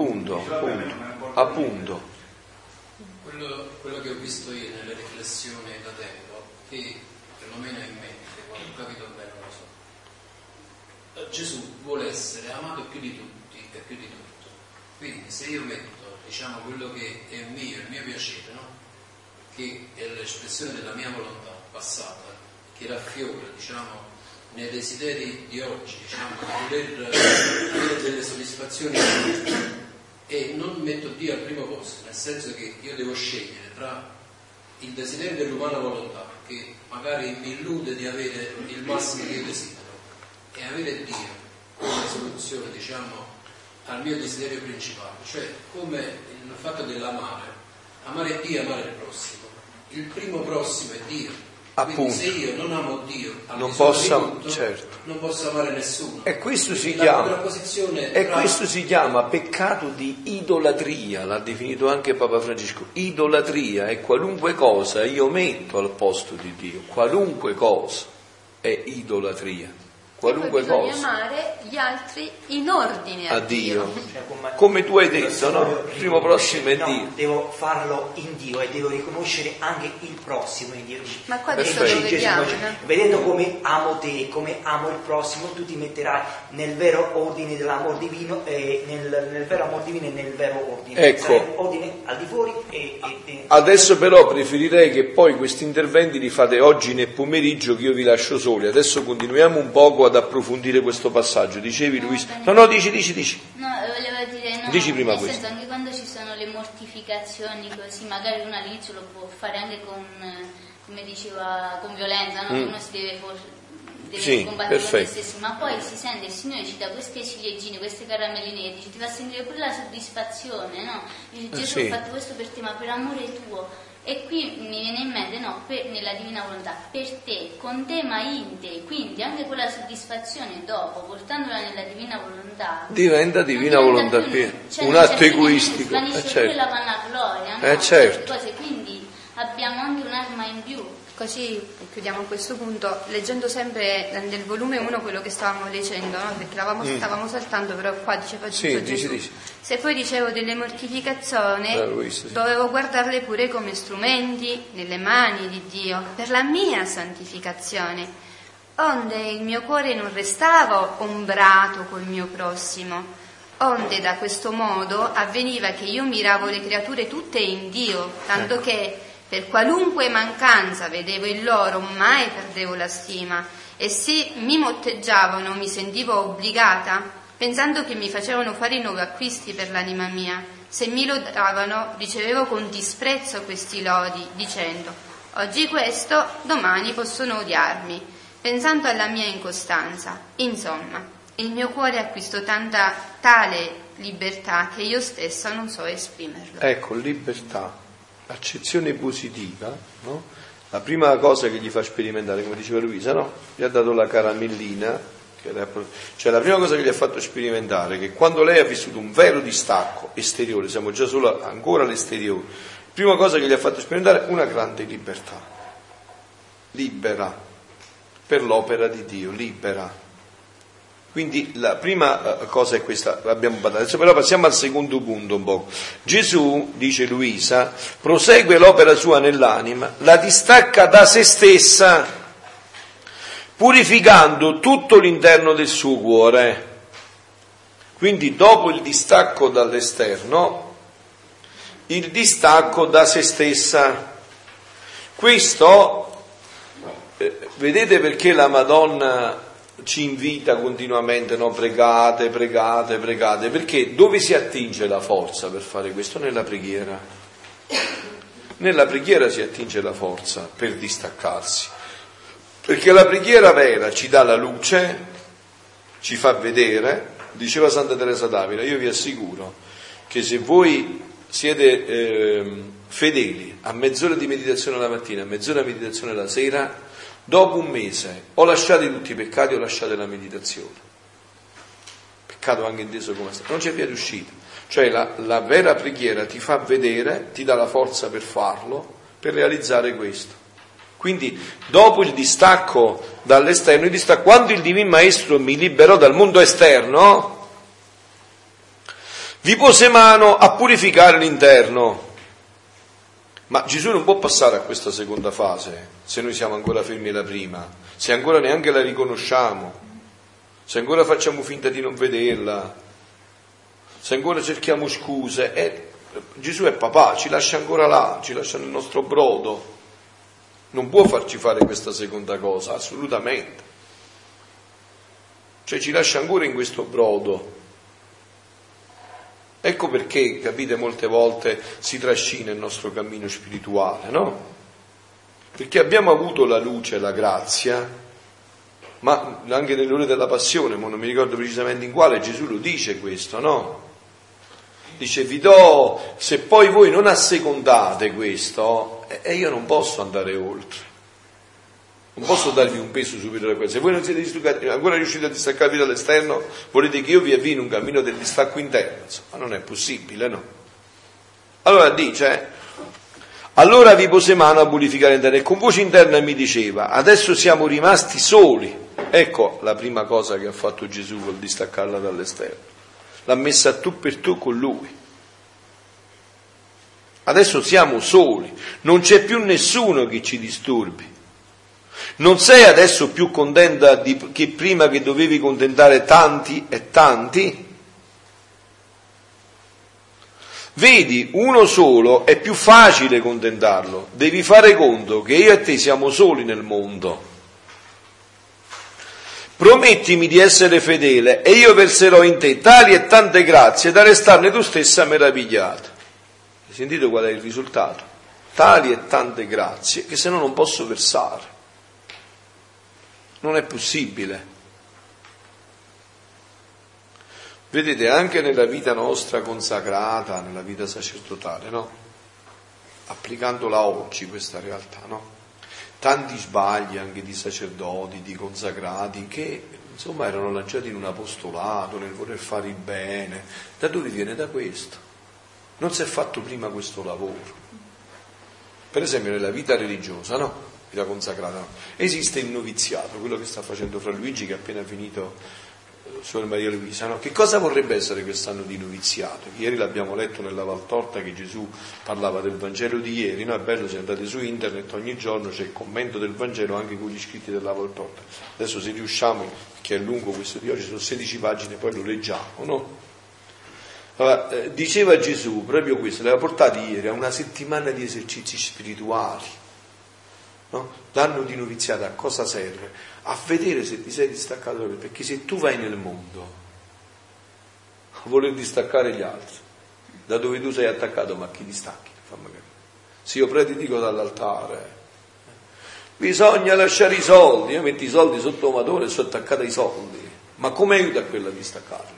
Quello che ho visto io nelle riflessioni da tempo, che perlomeno in mente, quando ho capito bene, non lo so, Gesù vuole essere amato più di tutti e più di tutto. Quindi se io metto, diciamo, quello che è mio, il mio piacere, no? Che è l'espressione della mia volontà passata, che raffiora, diciamo, nei desideri di oggi, diciamo, di voler avere delle soddisfazioni, e non metto Dio al primo posto, nel senso che io devo scegliere tra il desiderio dell'umana volontà, che magari mi illude di avere il massimo che io desidero, e avere Dio come soluzione, diciamo, al mio desiderio principale, cioè come il fatto amare Dio e amare il prossimo. Il primo prossimo è Dio. Quindi se io non amo Dio, non posso amare nessuno. E questo si chiama peccato di idolatria, l'ha definito anche Papa Francesco. Idolatria è qualunque cosa io metto al posto di Dio, qualunque cosa è idolatria. qualunque e poi cosa. amare gli altri in ordine a Dio. Cioè, Come tu hai detto, no? Il primo prossimo è no, Dio. Devo farlo in Dio e devo riconoscere anche il prossimo in Dio. Ma qua adesso Perfetto. lo vediamo, no? Vedendo come amo te, come amo il prossimo, tu ti metterai nel vero ordine dell'amor divino e nel vero amor divino e nel vero ordine. Ecco. Sarai ordine al di fuori e Adesso però preferirei che poi questi interventi li fate oggi nel pomeriggio, che io vi lascio soli. Adesso continuiamo un poco ad approfondire questo passaggio. Dicevi Luisa? No, dici. No, volevo dire no, Dici prima nel questo. senso, anche quando ci sono le mortificazioni così, magari uno all'inizio lo può fare anche con, come diceva, con violenza, no? Uno si deve Sì, combattere con se perfetto. stesso, ma poi si sente, il Signore ci dà queste ciliegine, queste caramelline, e dice, ti fa sentire pure la soddisfazione, no? Dice, Gesù sì. ha fatto questo per te, ma per amore tuo. E qui mi viene in mente, no, nella divina volontà, per te, con te ma in te, quindi anche quella soddisfazione dopo, portandola nella divina volontà, Diventa divina non volontà più, piena, cioè, un non atto c'è più niente, egoistico. svanisce pure Certo. la vanagloria, no? Certo. Queste cose, quindi abbiamo anche un'arma in più. Così chiudiamo questo punto leggendo sempre nel volume 1 quello che stavamo leggendo, no? Perché stavamo saltando, però qua diceva giusto Sì, Gesù. dici. Se poi dicevo delle mortificazioni, Luisa, sì. dovevo guardarle pure come strumenti nelle mani di Dio per la mia santificazione, onde il mio cuore non restava ombrato col mio prossimo, onde da questo modo avveniva che io miravo le creature tutte in Dio, tanto che per qualunque mancanza vedevo in loro mai perdevo la stima, e se mi motteggiavano mi sentivo obbligata, pensando che mi facevano fare nuovi acquisti per l'anima mia. Se mi lodavano ricevevo con disprezzo questi lodi, dicendo: oggi questo, domani possono odiarmi, pensando alla mia incostanza. Insomma, il mio cuore acquistò tale libertà che io stessa non so esprimerlo. Ecco, libertà, accezione positiva, no? La prima cosa che gli fa sperimentare, come diceva Luisa, no? Gli ha dato la caramellina, cioè la prima cosa che gli ha fatto sperimentare è che quando lei ha vissuto un vero distacco esteriore, siamo già solo ancora all'esteriore, la prima cosa che gli ha fatto sperimentare è una grande libertà, libera, per l'opera di Dio, libera. Quindi la prima cosa è questa, l'abbiamo parlato. Adesso però passiamo al secondo punto un po'. Gesù, dice Luisa, prosegue l'opera sua nell'anima, la distacca da se stessa, purificando tutto l'interno del suo cuore. Quindi dopo il distacco dall'esterno, il distacco da se stessa. Questo, vedete perché la Madonna ci invita continuamente, no? Pregate, perché dove si attinge la forza per fare questo? Nella preghiera. Nella preghiera si attinge la forza per distaccarsi, perché la preghiera vera ci dà la luce, ci fa vedere. Diceva Santa Teresa d'Avila, io vi assicuro che se voi siete fedeli a mezz'ora di meditazione la mattina, a mezz'ora di meditazione la sera, dopo un mese o lasciate tutti i peccati o lasciate la meditazione. Peccato anche inteso come sta, non c'è via d'uscita. Cioè la vera preghiera ti fa vedere, ti dà la forza per farlo, per realizzare questo. Quindi dopo il distacco dall'esterno, quando il Divin Maestro mi liberò dal mondo esterno, vi pose mano a purificare l'interno. Ma Gesù non può passare a questa seconda fase se noi siamo ancora fermi alla prima, se ancora neanche la riconosciamo, se ancora facciamo finta di non vederla, se ancora cerchiamo scuse. Gesù è papà, ci lascia ancora là, ci lascia nel nostro brodo, non può farci fare questa seconda cosa, assolutamente. Cioè ci lascia ancora in questo brodo. Ecco perché, capite, molte volte si trascina il nostro cammino spirituale, no? Perché abbiamo avuto la luce, la grazia, ma anche nelle ore della passione, ma non mi ricordo precisamente in quale, Gesù lo dice questo, no? Dice, vi do, se poi voi non assecondate questo, io non posso andare oltre. Non posso darvi un peso superiore a questo. Se voi non siete ancora riusciti a distaccarvi dall'esterno, volete che io vi avvii in un cammino del distacco interno? Insomma, non è possibile, no? Allora dice, allora vi pose mano a purificare l'interno e con voce interna mi diceva, adesso siamo rimasti soli Ecco la prima cosa che ha fatto Gesù col distaccarla dall'esterno. L'ha messa a tu per tu con Lui. Adesso siamo soli, non c'è più nessuno che ci disturbi. Non sei adesso più contenta che prima, che dovevi contentare tanti e tanti. Vedi, uno solo è più facile contentarlo. Devi fare conto che io e te siamo soli nel mondo. Promettimi di essere fedele e io verserò in te tali e tante grazie da restarne tu stessa meravigliata. Hai sentito qual è il risultato? Tali e tante grazie che se no non posso versare. Non è possibile. Vedete, anche nella vita nostra consacrata, nella vita sacerdotale, no? Applicandola oggi questa realtà, no? Tanti sbagli anche di sacerdoti, di consacrati, che insomma erano lanciati in un apostolato, nel voler fare il bene. Da dove viene? Da questo. Non si è fatto prima questo lavoro. Per esempio nella vita religiosa, no? Vita consacrata, no? Esiste il noviziato, quello che sta facendo Fra Luigi, che ha appena finito Suor Maria Luisa, no? Che cosa vorrebbe essere quest'anno di noviziato? Ieri l'abbiamo letto nella Valtorta che Gesù parlava del Vangelo di ieri, no? È bello, se andate su internet ogni giorno c'è il commento del Vangelo anche con gli scritti della Valtorta. Adesso se riusciamo, che è lungo questo di oggi, sono 16 pagine, poi lo leggiamo, no? Allora, diceva Gesù proprio questo, le aveva portati ieri a una settimana di esercizi spirituali, no? L'anno di noviziato a cosa serve? A vedere se ti sei distaccato da lui, perché se tu vai nel mondo a voler distaccare gli altri da dove tu sei attaccato, ma chi distacchi? Fammi capire. Se io predico dall'altare, bisogna lasciare i soldi, io metto i soldi sotto un matore e sono attaccato ai soldi, ma come aiuta a quello a distaccarlo?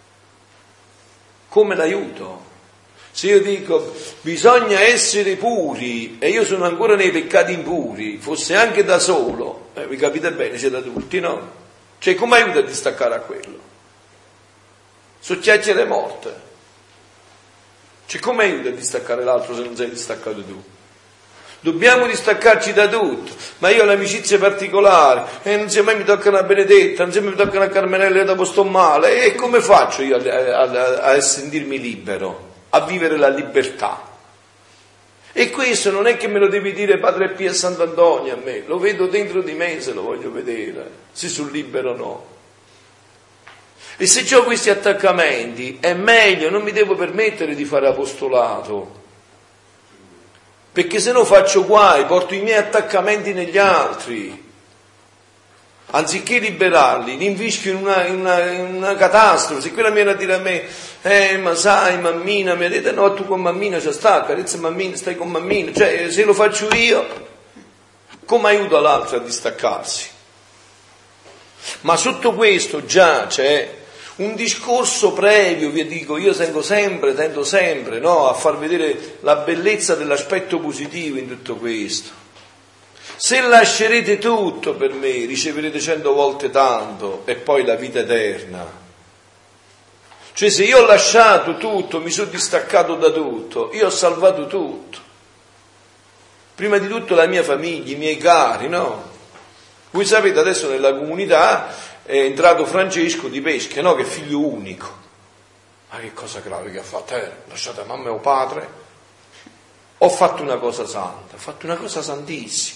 Come l'aiuto? Se io dico bisogna essere puri e io sono ancora nei peccati impuri, fosse anche da solo, vi capite bene, siete adulti, no? Cioè come aiuta a distaccare a quello? Sono chiacchiere morte. Cioè come aiuta a distaccare l'altro se non sei distaccato tu? Dobbiamo distaccarci da tutto, ma io ho l'amicizia particolare e non se mai mi tocca una Benedetta, non se mai mi tocca una Carmenella dopo sto male, e come faccio io a sentirmi libero, a vivere la libertà? E questo non è che me lo devi dire Padre Pio e Sant'Antonio a me, lo vedo dentro di me se lo voglio vedere, se sono libero o no. E se ho questi attaccamenti è meglio, non mi devo permettere di fare apostolato, perché se no faccio guai, porto i miei attaccamenti negli altri. Anziché liberarli, li infischio in una catastrofe. Se quella viene a dire a me, ma sai, mammina, mi ha detto, no, tu con mammina ci sta, carezza mammina, stai con mammina. Cioè, se lo faccio io, come aiuto l'altro a distaccarsi? Ma sotto questo già c'è un discorso previo, vi dico, io tendo sempre, no, a far vedere la bellezza dell'aspetto positivo in tutto questo. Se lascerete tutto per me, riceverete 100 volte tanto e poi la vita eterna. Cioè se io ho lasciato tutto, mi sono distaccato da tutto, io ho salvato tutto. Prima di tutto la mia famiglia, i miei cari, no? Voi sapete adesso nella comunità è entrato Francesco di Pesche, no? Che è figlio unico. Ma che cosa grave che ha fatto? Lasciate mamma e padre? Ho fatto una cosa santa, ho fatto una cosa santissima.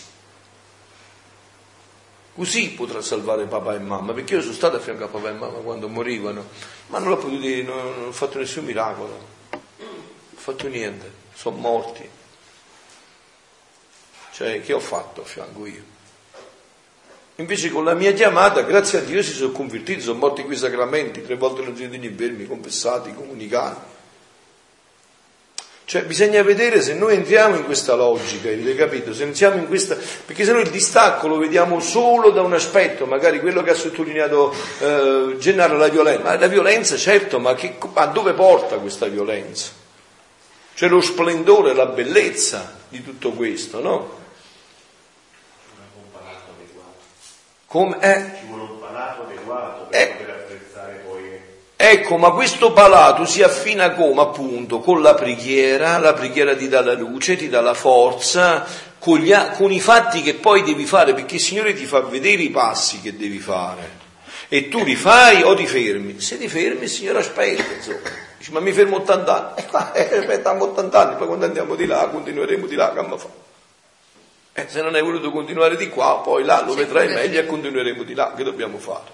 Così potrà salvare papà e mamma, perché io sono stato a fianco a papà e mamma quando morivano, ma non l'ho potuto dire, non ho fatto nessun miracolo, non ho fatto niente, sono morti. Cioè, che ho fatto a fianco io? Invece con la mia chiamata, grazie a Dio, si sono convertiti, sono morti quei sacramenti, 3 volte non sono venuti infermi, confessati, comunicati. Cioè bisogna vedere se noi entriamo in questa logica, avete capito? Se entriamo in questa, perché se noi il distacco lo vediamo solo da un aspetto, magari quello che ha sottolineato Gennaro, la violenza. Ma la violenza, certo, ma a dove porta questa violenza? Cioè lo splendore, la bellezza di tutto questo, no? Un palato adeguato. Come? Ci vuole un palato adeguato per poter apprezzare poi. Ecco, ma questo palato si affina come? Appunto, con la preghiera ti dà la luce, ti dà la forza, con i fatti che poi devi fare, perché il Signore ti fa vedere i passi che devi fare e tu li fai o ti fermi. Se ti fermi il Signore aspetta, insomma. Dici, ma mi fermo 80 anni, aspettiamo 80 anni, poi quando andiamo di là continueremo di là, che mi fa? Se non hai voluto continuare di qua, poi là lo vedrai meglio e continueremo di là, che dobbiamo fare?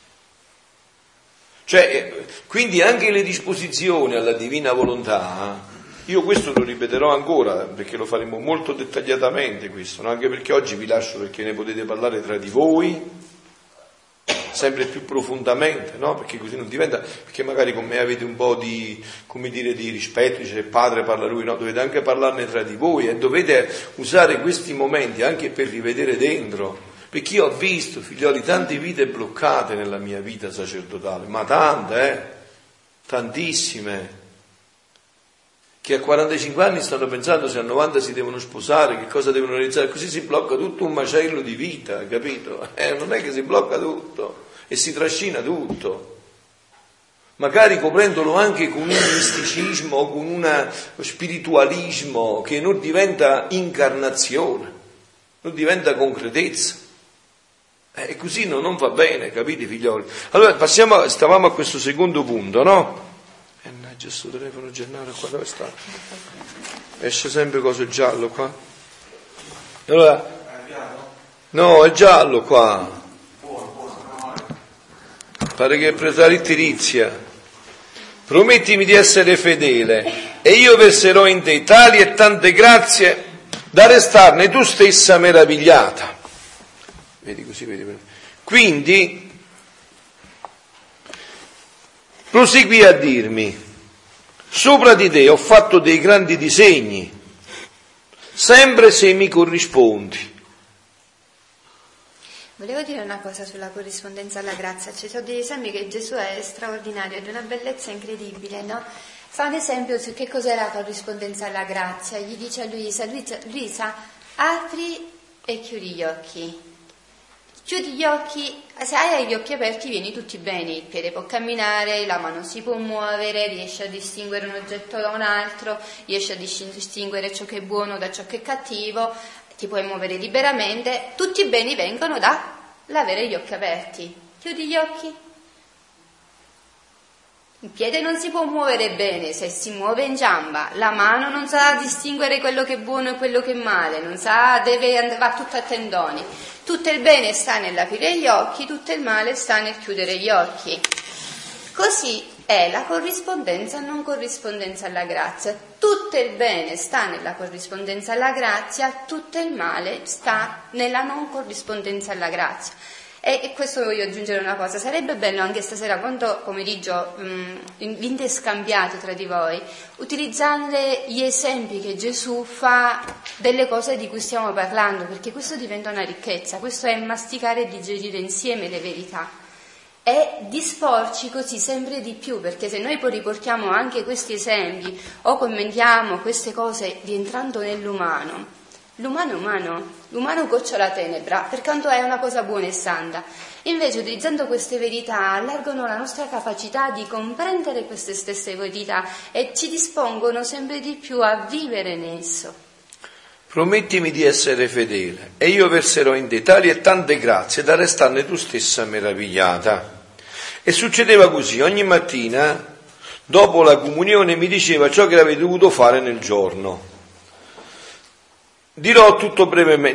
Cioè, quindi anche le disposizioni alla divina volontà, io questo lo ripeterò ancora, perché lo faremo molto dettagliatamente questo, no? Anche perché oggi vi lascio perché ne potete parlare tra di voi, sempre più profondamente, no? Perché così non diventa, perché magari con me avete un po' di, come dire, di rispetto, dice il padre parla lui, no? Dovete anche parlarne tra di voi e dovete usare questi momenti anche per rivedere dentro. Perché io ho visto, figlioli, tante vite bloccate nella mia vita sacerdotale, ma tante, tantissime, che a 45 anni stanno pensando se a 90 si devono sposare, che cosa devono realizzare, così si blocca tutto un macello di vita, capito? Non è che si blocca tutto e si trascina tutto, magari coprendolo anche con un misticismo o con uno spiritualismo che non diventa incarnazione, non diventa concretezza. E così non va bene, capite figlioli? Allora stavamo a questo secondo punto, no? Mannaggia sto telefono Gennaro qua, dove sta? Esce sempre cosa giallo qua. Allora, no, è giallo qua. Pare che è presa l'ittirizia. Promettimi di essere fedele e io verserò in te tali e tante grazie da restarne tu stessa meravigliata. Vedi così, vedi. Quindi proseguì a dirmi: sopra di te ho fatto dei grandi disegni, sempre se mi corrispondi. Volevo dire una cosa sulla corrispondenza alla grazia. Ci sono degli esempi che Gesù è straordinario, è di una bellezza incredibile, no? Fa un esempio su che cos'è la corrispondenza alla grazia. Gli dice a Luisa, apri e chiudi gli occhi. Chiudi gli occhi, se hai gli occhi aperti vieni tutti bene, il piede può camminare, la mano si può muovere, riesci a distinguere un oggetto da un altro, riesci a distinguere ciò che è buono da ciò che è cattivo, ti puoi muovere liberamente, tutti i beni vengono dall'avere gli occhi aperti. Chiudi gli occhi. Il piede non si può muovere bene se si muove in gamba, la mano non sa distinguere quello che è buono e quello che è male, non sa, va tutto a tendoni. Tutto il bene sta nell'aprire gli occhi, tutto il male sta nel chiudere gli occhi. Così è la corrispondenza e non corrispondenza alla grazia. Tutto il bene sta nella corrispondenza alla grazia, tutto il male sta nella non corrispondenza alla grazia. E questo voglio aggiungere una cosa, sarebbe bello anche stasera, quando pomeriggio vi interscambiate tra di voi, utilizzare gli esempi che Gesù fa delle cose di cui stiamo parlando, perché questo diventa una ricchezza, questo è masticare e digerire insieme le verità e disporci così sempre di più, perché se noi poi riportiamo anche questi esempi o commentiamo queste cose rientrando nell'umano, l'umano è umano, l'umano goccia la tenebra, per quanto è una cosa buona e santa. Invece, utilizzando queste verità, allargano la nostra capacità di comprendere queste stesse verità e ci dispongono sempre di più a vivere in esso. Promettimi di essere fedele e io verserò in te tali e tante grazie da restarne tu stessa meravigliata. E succedeva così, ogni mattina, dopo la comunione, mi diceva ciò che avrei dovuto fare nel giorno. Dirò tutto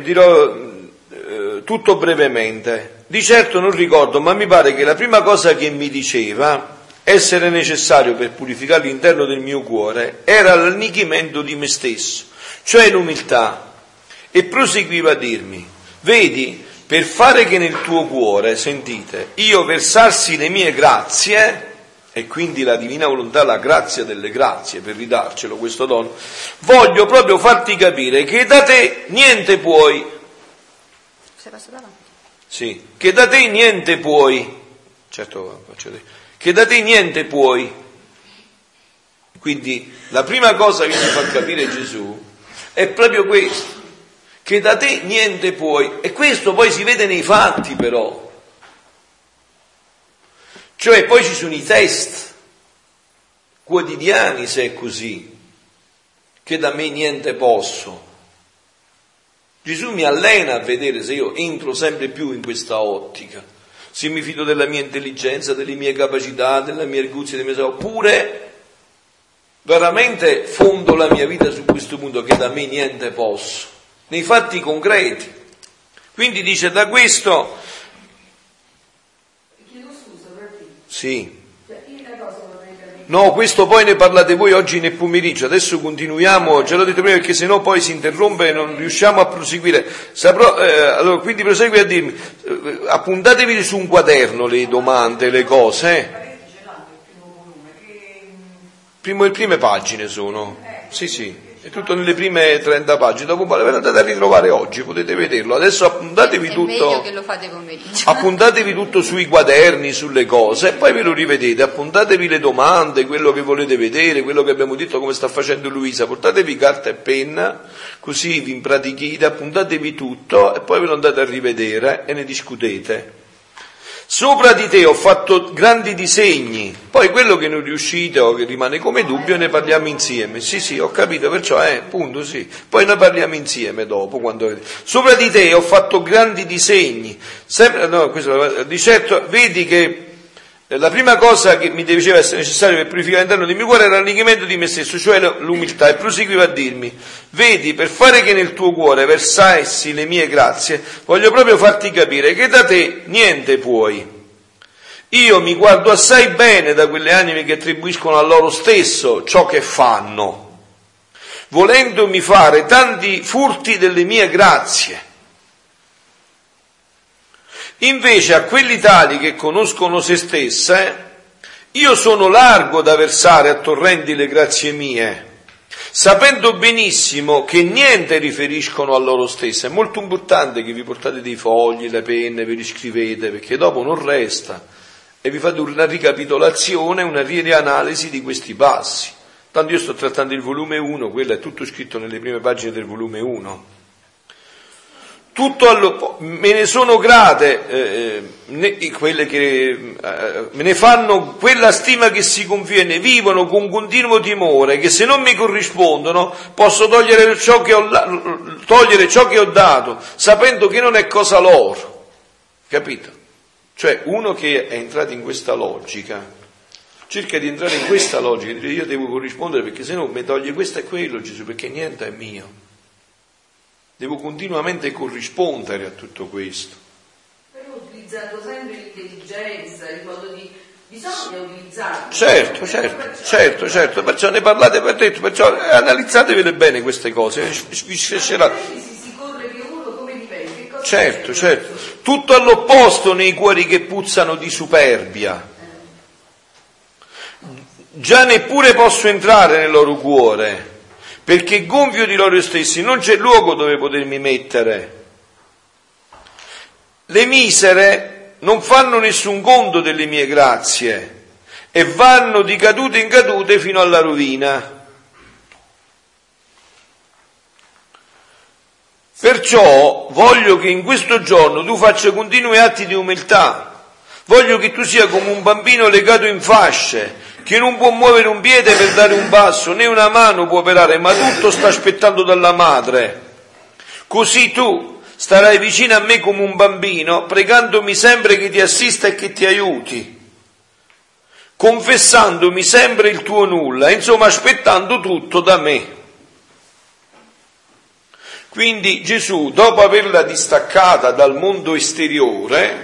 brevemente. Di certo non ricordo, ma mi pare che la prima cosa che mi diceva essere necessario per purificare l'interno del mio cuore era l'annichimento di me stesso, cioè l'umiltà. E proseguiva a dirmi: vedi, per fare che nel tuo cuore, sentite, io versassi le mie grazie, e quindi la divina volontà, la grazia delle grazie, per ridarcelo questo dono, voglio proprio farti capire che da te niente puoi. Sei passato avanti? Sì, che da te niente puoi. Certo, faccio te. Che da te niente puoi. Quindi la prima cosa che ci fa capire Gesù è proprio questo, che da te niente puoi. E questo poi si vede nei fatti però. Cioè poi ci sono i test quotidiani, se è così, che da me niente posso. Gesù mi allena a vedere se io entro sempre più in questa ottica, se mi fido della mia intelligenza, delle mie capacità, della mia arguzia, oppure veramente fondo la mia vita su questo punto che da me niente posso, nei fatti concreti. Quindi dice da questo... Chiedo scusa, perché? Sì. Io una cosa vorrei capire. No, questo poi ne parlate voi oggi nel pomeriggio, adesso continuiamo, ce l'ho detto prima perché sennò poi si interrompe e non riusciamo a proseguire. Allora, quindi prosegui a dirmi, appuntatevi su un quaderno le domande, le cose. Le prime pagine sono, sì, è tutto nelle prime 30 pagine, dopo ve andate a ritrovare oggi, potete vederlo. Adesso appuntatevi È tutto. meglio che lo fate pomeriggio. Appuntatevi tutto sui quaderni, sulle cose, e poi ve lo rivedete. Appuntatevi le domande, quello che volete vedere, quello che abbiamo detto, come sta facendo Luisa. Portatevi carta e penna, così vi impratichite, appuntatevi tutto e poi ve lo andate a rivedere e ne discutete. Sopra di te ho fatto grandi disegni, poi quello che non riuscite o che rimane come dubbio ne parliamo insieme. Sì, ho capito, perciò punto, sì. Poi noi parliamo insieme dopo. Sopra di te ho fatto grandi disegni. Di certo vedi che la prima cosa che mi diceva essere necessario per purificare l'interno del mio cuore era l'annichimento di me stesso, cioè l'umiltà, e proseguiva a dirmi: vedi, per fare che nel tuo cuore versassi le mie grazie, voglio proprio farti capire che da te niente puoi. Io mi guardo assai bene da quelle anime che attribuiscono a loro stesso ciò che fanno, volendomi fare tanti furti delle mie grazie. Invece a quelli tali che conoscono se stesse, io sono largo da versare a torrenti le grazie mie, sapendo benissimo che niente riferiscono a loro stesse. È molto importante che vi portate dei fogli, le penne, ve li scrivete, perché dopo non resta, e vi fate una ricapitolazione, una rianalisi di questi passi. Tanto io sto trattando il volume 1, quello è tutto scritto nelle prime pagine del volume 1. Me ne sono grate quelle che me ne fanno quella stima che si conviene, vivono con continuo timore che se non mi corrispondono posso togliere ciò che ho dato, sapendo che non è cosa loro. Capito? Cioè uno che è entrato in questa logica cerca di entrare in questa logica, dire io devo corrispondere perché se no mi toglie questo e quello, Gesù, perché niente è mio. Devo continuamente corrispondere a tutto questo. Però utilizzando sempre l'intelligenza, il modo di... Bisogna utilizzarlo. Certo, perciò ne parlate per detto, perciò analizzatevele bene queste cose. Si corre più uno come dipende. Certo. Tutto all'opposto nei cuori che puzzano di superbia. Già neppure posso entrare nel loro cuore, perché gonfio di loro stessi non c'è luogo dove potermi mettere. Le misere non fanno nessun conto delle mie grazie e vanno di cadute in cadute fino alla rovina. Perciò voglio che in questo giorno tu faccia continui atti di umiltà. Voglio che tu sia come un bambino legato in fasce, che non può muovere un piede per dare un passo, né una mano può operare, ma tutto sta aspettando dalla madre. Così tu starai vicino a me come un bambino, pregandomi sempre che ti assista e che ti aiuti, confessandomi sempre il tuo nulla, insomma aspettando tutto da me. Quindi Gesù, dopo averla distaccata dal mondo esteriore,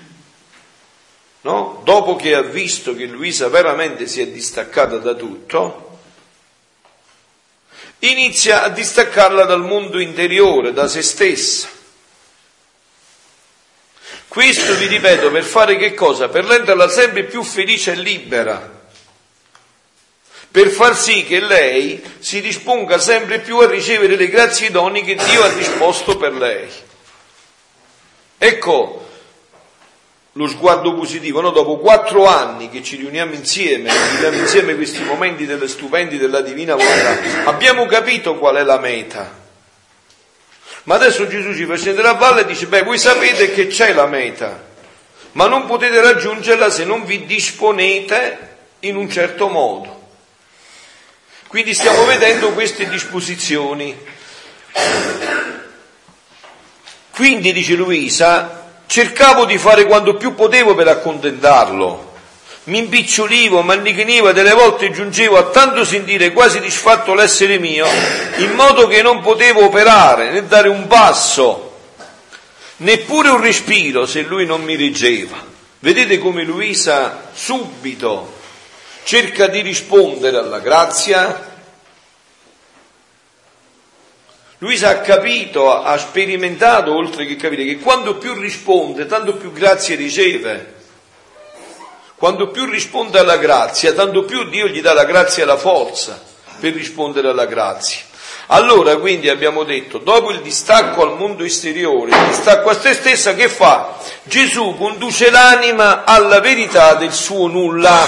no? Dopo che ha visto che Luisa veramente si è distaccata da tutto, inizia a distaccarla dal mondo interiore, da se stessa. Questo, vi ripeto, per fare che cosa? Per renderla sempre più felice e libera, per far sì che lei si disponga sempre più a ricevere le grazie idonee che Dio ha disposto per lei. Ecco lo sguardo positivo, no? Dopo 4 anni che ci riuniamo insieme, viviamo insieme questi momenti delle stupendi della divina volontà, abbiamo capito qual è la meta. Ma adesso Gesù ci fa scendere a valle e dice: voi sapete che c'è la meta, ma non potete raggiungerla se non vi disponete in un certo modo. Quindi stiamo vedendo queste disposizioni. Quindi, dice Luisa, cercavo di fare quanto più potevo per accontentarlo. Mi impicciolivo, m'annichinivo e delle volte giungevo a tanto sentire quasi disfatto l'essere mio, in modo che non potevo operare né dare un passo, neppure un respiro, se lui non mi reggeva. Vedete come Luisa subito cerca di rispondere alla grazia? Luisa ha capito, ha sperimentato, oltre che capire, che quanto più risponde, tanto più grazie riceve. Quanto più risponde alla grazia, tanto più Dio gli dà la grazia e la forza per rispondere alla grazia. Allora, quindi, abbiamo detto, dopo il distacco al mondo esteriore, il distacco a se stessa, che fa? Gesù conduce l'anima alla verità del suo nulla.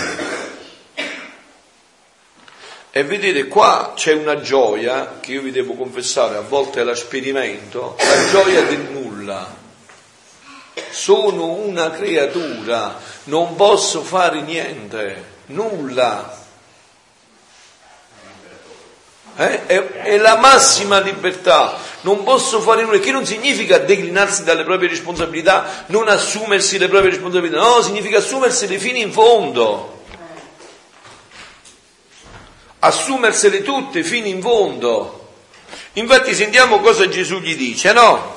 E vedete, qua c'è una gioia, che io vi devo confessare, a volte la sperimento, la gioia del nulla. Sono una creatura, non posso fare niente, nulla. È la massima libertà, non posso fare nulla, che non significa declinarsi dalle proprie responsabilità, non assumersi le proprie responsabilità, no, significa assumersele fino in fondo, assumersele tutte fino in fondo. Infatti sentiamo cosa Gesù gli dice, no?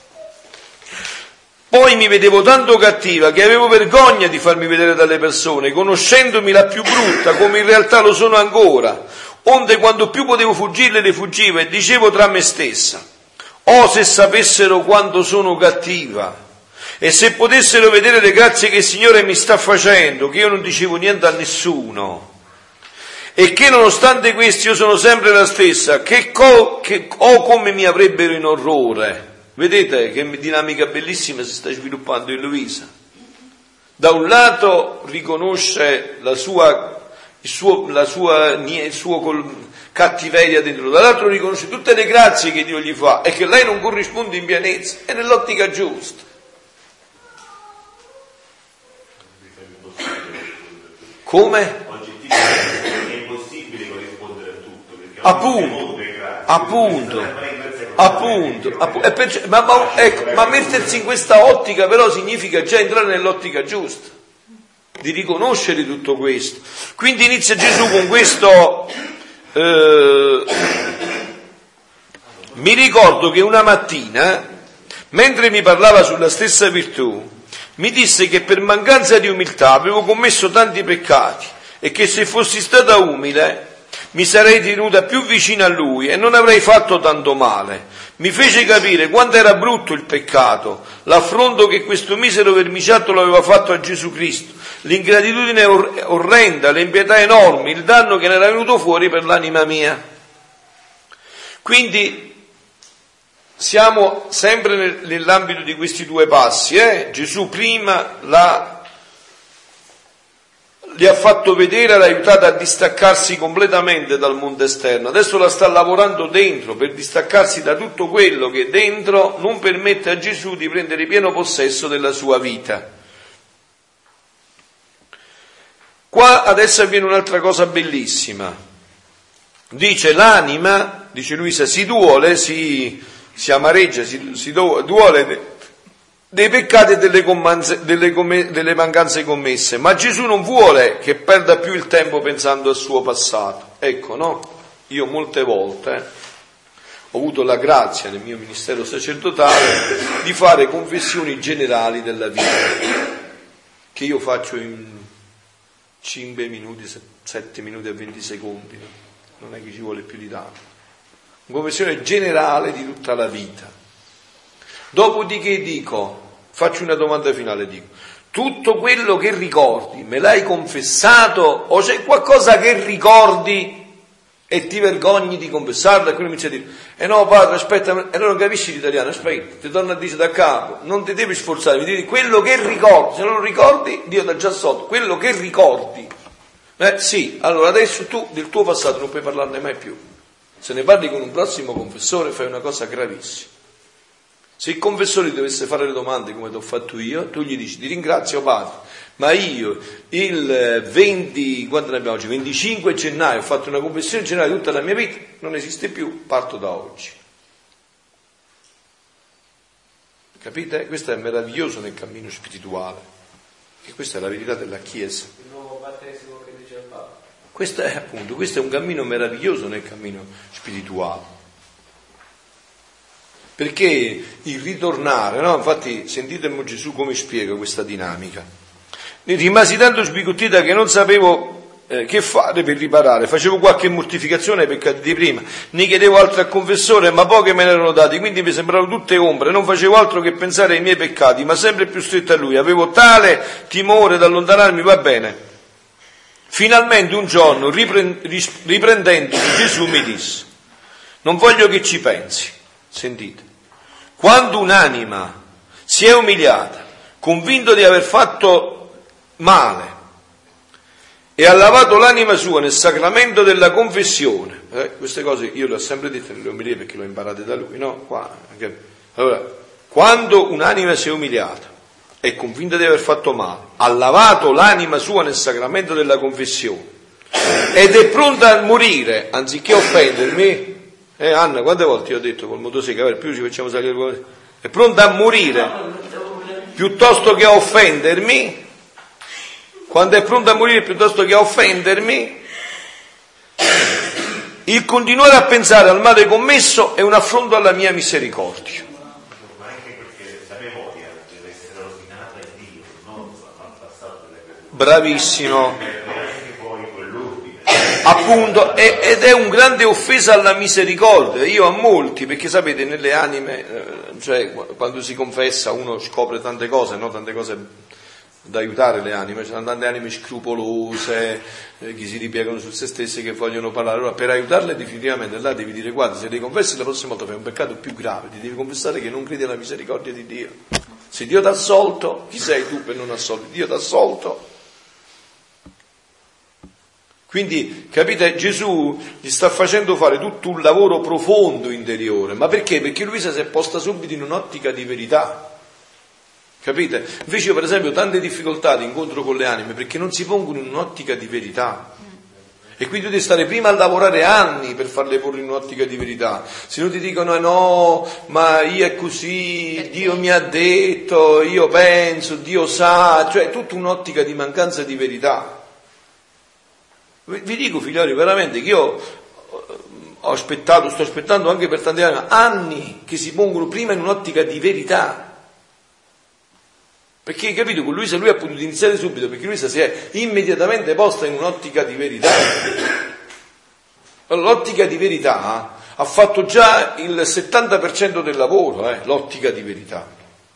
Poi mi vedevo tanto cattiva che avevo vergogna di farmi vedere dalle persone, conoscendomi la più brutta, come in realtà lo sono ancora. Onde quanto più potevo fuggirle le fuggivo e dicevo tra me stessa: oh, se sapessero quanto sono cattiva, e se potessero vedere le grazie che il Signore mi sta facendo, che io non dicevo niente a nessuno, e che nonostante questo io sono sempre la stessa, come mi avrebbero in orrore. Vedete che dinamica bellissima si sta sviluppando in Luisa. Da un lato riconosce la sua cattiveria dentro, dall'altro riconosce tutte le grazie che Dio gli fa e che lei non corrisponde in pienezza, è nell'ottica giusta. Come? Oggettivamente è impossibile corrispondere a tutto, perché ma mettersi in questa ottica però significa già entrare nell'ottica giusta, di riconoscere tutto questo. Quindi inizia Gesù con questo. Mi ricordo che una mattina, mentre mi parlava sulla stessa virtù, mi disse che per mancanza di umiltà avevo commesso tanti peccati e che se fossi stata umile mi sarei tenuta più vicina a Lui e non avrei fatto tanto male. Mi fece capire quanto era brutto il peccato, l'affronto che questo misero vermiciattolo aveva fatto a Gesù Cristo, l'ingratitudine orrenda, l'impietà enorme, il danno che ne era venuto fuori per l'anima mia. Quindi siamo sempre nell'ambito di questi due passi. Gesù prima gli ha fatto vedere, l'ha aiutata a distaccarsi completamente dal mondo esterno, adesso la sta lavorando dentro per distaccarsi da tutto quello che dentro non permette a Gesù di prendere pieno possesso della sua vita. Qua adesso avviene un'altra cosa bellissima, dice l'anima, dice Luisa, si duole, si amareggia, si duole dei peccati e delle mancanze commesse, ma Gesù non vuole che perda più il tempo pensando al suo passato. Ecco, no? Io molte volte ho avuto la grazia nel mio ministero sacerdotale di fare confessioni generali della vita, che io faccio in 5 minuti, 7 minuti e 20 secondi, no? Non è che ci vuole più di tanto. Una confessione generale di tutta la vita. Dopodiché faccio una domanda finale, tutto quello che ricordi, me l'hai confessato o c'è qualcosa che ricordi e ti vergogni di confessarlo? E quello inizia a dire, no padre, aspetta, e non capisci l'italiano, aspetta, ti torno a dire da capo, non ti devi sforzare, mi devi dire quello che ricordi, se non lo ricordi, Dio dà già sotto, quello che ricordi. Sì, allora adesso tu del tuo passato non puoi parlarne mai più. Se ne parli con un prossimo confessore fai una cosa gravissima. Se il confessore dovesse fare le domande come ti ho fatto io, tu gli dici, ti ringrazio padre, ma io il 25 gennaio ho fatto una confessione generale di tutta la mia vita, non esiste più, parto da oggi. Capite? Questo è meraviglioso nel cammino spirituale, e questa è la verità della Chiesa. Il nuovo battesimo che dice il Papa. Questo è un cammino meraviglioso nel cammino spirituale. Perché il ritornare, no? Infatti sentite Gesù come spiega questa dinamica. Rimasi tanto sbigottita che non sapevo che fare per riparare. Facevo qualche mortificazione ai peccati di prima, ne chiedevo altro al confessore, ma poche me ne erano dati, quindi mi sembravano tutte ombre. Non facevo altro che pensare ai miei peccati, ma sempre più stretto a lui. Avevo tale timore da allontanarmi, va bene. Finalmente un giorno, riprendendomi, Gesù mi disse: non voglio che ci pensi. Sentite, quando un'anima si è umiliata, convinto di aver fatto male, e ha lavato l'anima sua nel sacramento della confessione, queste cose io le ho sempre dette nelle omelie perché le ho imparate da lui, no? Allora, quando un'anima si è umiliata, è convinta di aver fatto male, ha lavato l'anima sua nel sacramento della confessione ed è pronta a morire, anziché offendermi, Anna, quante volte io ho detto col motosega, più ci facciamo salire, è pronta a morire piuttosto che a offendermi. Quando è pronta a morire piuttosto che a offendermi, il continuare a pensare al male commesso è un affronto alla mia misericordia. Ma anche perché la memoria deve essere ordinata a Dio, non al passato delle persone. Bravissimo. Poi quell'ordine. Appunto, ed è un grande offesa alla misericordia. Io a molti, perché sapete, nelle anime, cioè quando si confessa uno scopre tante cose, no? Tante cose da aiutare le anime, ci sono tante anime scrupolose, che si ripiegano su se stesse, che vogliono parlare. Allora, per aiutarle definitivamente, là devi dire: guarda, se ti confessi la prossima volta fai un peccato più grave, ti devi confessare che non credi alla misericordia di Dio. Se Dio ti ha assolto, chi sei tu per non assolvere? Dio ti ha assolto. Quindi, capite, Gesù gli sta facendo fare tutto un lavoro profondo interiore. Ma perché? Perché Luisa si è posta subito in un'ottica di verità. Capite? Invece io per esempio ho tante difficoltà di incontro con le anime perché non si pongono in un'ottica di verità. E quindi tu devi stare prima a lavorare anni per farle porre in un'ottica di verità. Se non ti dicono no, ma io è così, Dio mi ha detto, io penso, Dio sa, cioè tutta un'ottica di mancanza di verità. Vi dico, figlioli, veramente che io sto aspettando anche per tanti anni che si pongono prima in un'ottica di verità. Perché, capito, con Luisa lui ha potuto iniziare subito, perché Luisa si è immediatamente posta in un'ottica di verità. Allora, l'ottica di verità ha fatto già il 70% del lavoro, l'ottica di verità. Ha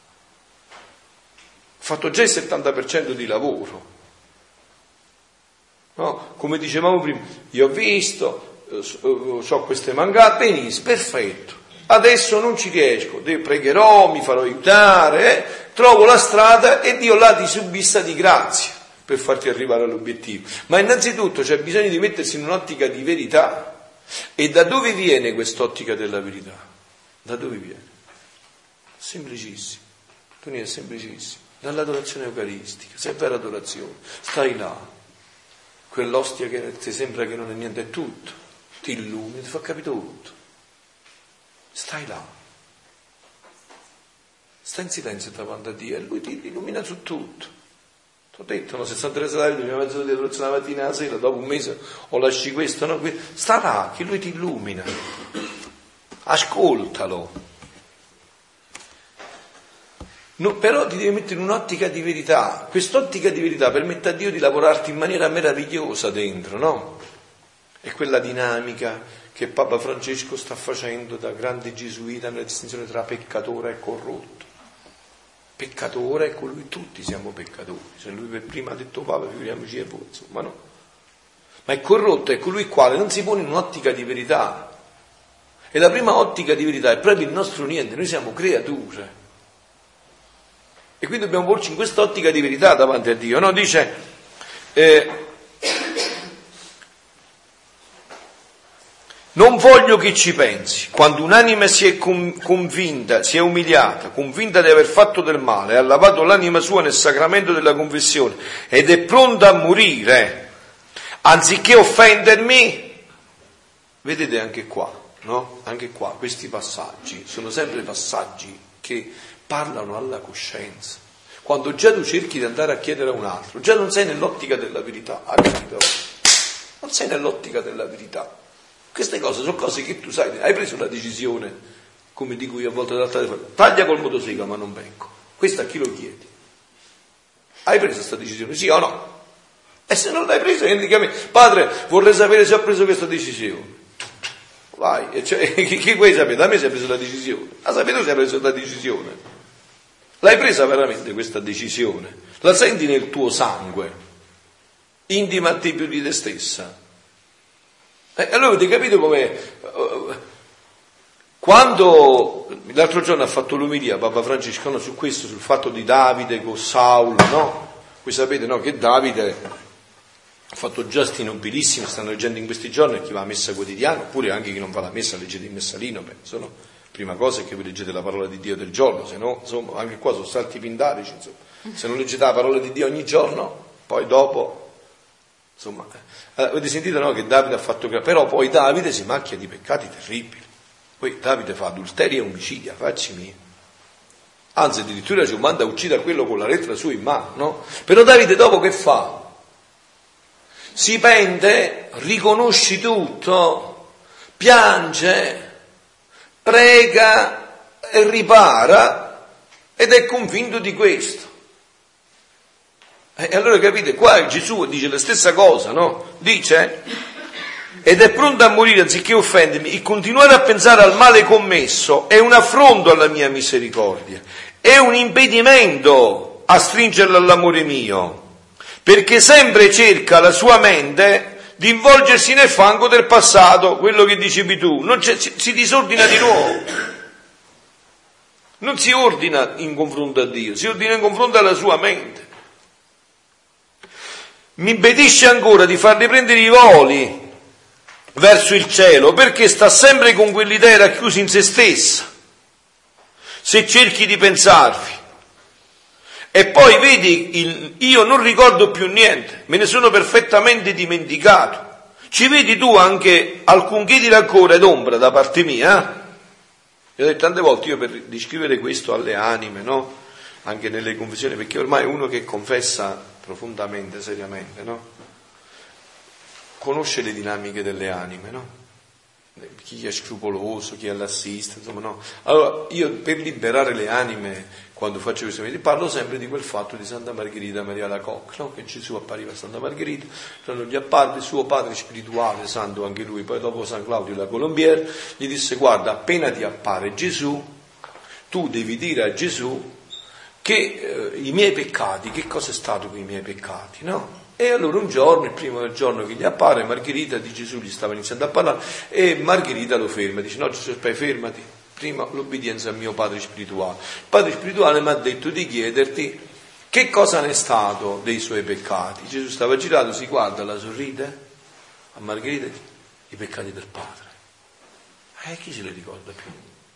fatto già il 70% di lavoro. No? Come dicevamo prima, io ho visto, ho queste mancate, benissimo, perfetto. Adesso non ci riesco, pregherò, mi farò aiutare, trovo la strada e Dio là ti subissa di grazia per farti arrivare all'obiettivo. Ma innanzitutto c'è bisogno di mettersi in un'ottica di verità. E da dove viene quest'ottica della verità? Da dove viene? Semplicissimo. È semplicissimo. Dall'adorazione eucaristica. Se è vera adorazione, stai là. Quell'ostia che ti sembra che non è niente, è tutto. Ti illumina, ti fa capire tutto. Stai là, stai in silenzio davanti a Dio e Lui ti illumina su tutto. Ti ho detto, no, se Santa Teresa d'Avila mi mezzo di adorazione la mattina e la sera, dopo un mese o lasci questo, no, sta là, che Lui ti illumina. Ascoltalo. No, però ti devi mettere in un'ottica di verità. Quest'ottica di verità permette a Dio di lavorarti in maniera meravigliosa dentro, no? È quella dinamica che Papa Francesco sta facendo da grande gesuita nella distinzione tra peccatore e corrotto. Peccatore è colui, tutti siamo peccatori. Se lui per prima ha detto Papa, figuriamoci e voi, insomma, no? Ma il corrotto è colui il quale non si pone in un'ottica di verità. E la prima ottica di verità è proprio il nostro niente, noi siamo creature. E quindi dobbiamo porci in quest'ottica di verità davanti a Dio, no? Dice non voglio che ci pensi. Quando un'anima si è convinta, si è umiliata, convinta di aver fatto del male, ha lavato l'anima sua nel sacramento della confessione ed è pronta a morire, anziché offendermi, vedete anche qua, no? Anche qua, questi passaggi sono sempre passaggi che parlano alla coscienza. Quando già tu cerchi di andare a chiedere a un altro, già non sei nell'ottica della verità, non sei nell'ottica della verità. Queste cose sono cose che tu sai, hai preso la decisione, come dico io a volte d'altra parte, taglia col motosega ma non vengo. Questo a chi lo chiedi? Hai preso questa decisione, sì o no? E se non l'hai presa, indica a me, padre, vorrei sapere se ho preso questa decisione. Vai, cioè, chi vuoi sapere? Da me si è preso la decisione. La sapete tu se hai preso la decisione? L'hai presa veramente questa decisione? La senti nel tuo sangue? Intima a te più di te stessa? Allora avete capito com'è? Quando l'altro giorno ha fatto l'omelia Papa Francesco su questo, sul fatto di Davide con Saulo, no? Voi sapete, no, che Davide ha fatto gesti nobilissimi, stanno leggendo in questi giorni, chi va a messa quotidiana, oppure anche chi non va alla messa, leggete il messalino, penso, no? Prima cosa è che vi leggete la parola di Dio del giorno, se no, insomma, anche qua sono salti pindarici, insomma. Se non leggete la parola di Dio ogni giorno, poi dopo, insomma, avete sentito, no, che Davide ha fatto, però poi Davide si macchia di peccati terribili. Poi Davide fa adulterio e omicidia, facci mia. Anzi, addirittura ci manda a uccidere quello con la lettera sua in mano, no? Però Davide dopo che fa? Si pente, riconosce tutto, piange, prega e ripara ed è convinto di questo. E allora capite, qua Gesù dice la stessa cosa, no? Dice... ed è pronto a morire anziché offendermi, e continuare a pensare al male commesso è un affronto alla mia misericordia, è un impedimento a stringerlo all'amore mio, perché sempre cerca la sua mente di involgersi nel fango del passato, quello che dicevi tu, si disordina di nuovo, non si ordina in confronto a Dio, si ordina in confronto alla sua mente. Mi impedisce ancora di farli prendere i voli verso il cielo, perché sta sempre con quell'idea racchiusa in se stessa, se cerchi di pensarvi. E poi vedi, io non ricordo più niente, me ne sono perfettamente dimenticato. Ci vedi tu anche alcunché di rancore ed ombra da parte mia? Io ho detto tante volte, io per descrivere questo alle anime, no? Anche nelle confessioni, perché ormai uno che confessa profondamente, seriamente, no? Conosce le dinamiche delle anime, no? Chi è scrupoloso, chi è lassista, insomma, no? Allora, io per liberare le anime, quando faccio questi video, parlo sempre di quel fatto di Santa Margherita Maria Alacoque, no? Che Gesù appariva a Santa Margherita, quando gli apparve il suo padre spirituale, santo anche lui, poi dopo San Claudio la Colombière, gli disse: guarda, appena ti appare Gesù, tu devi dire a Gesù che i miei peccati, che cosa è stato con i miei peccati, no? E allora un giorno, il primo del giorno che gli appare, Margherita di Gesù gli stava iniziando a parlare e Margherita lo ferma, dice: no Gesù, aspetta, fermati, prima l'obbedienza al mio padre spirituale. Il padre spirituale mi ha detto di chiederti che cosa ne è stato dei suoi peccati. Gesù stava girato, si guarda, la sorride a Margherita e dice: i peccati del padre. Chi se li ricorda più?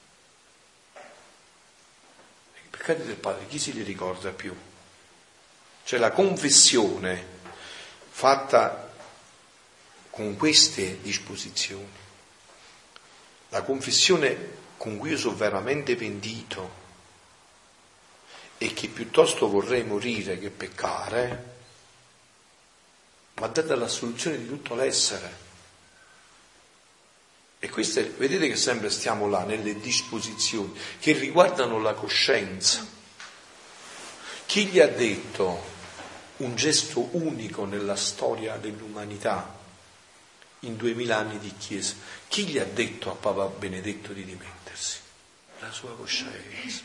I peccati del padre, chi se li ricorda più? Cioè la confessione fatta con queste disposizioni, la confessione con cui io sono veramente pentito e che piuttosto vorrei morire che peccare, mi ha dato l'assoluzione di tutto l'essere. E queste, vedete che sempre stiamo là nelle disposizioni che riguardano la coscienza. Chi gli ha detto un gesto unico nella storia dell'umanità in 2000 anni di Chiesa? Chi gli ha detto a Papa Benedetto di dimettersi? La sua coscienza.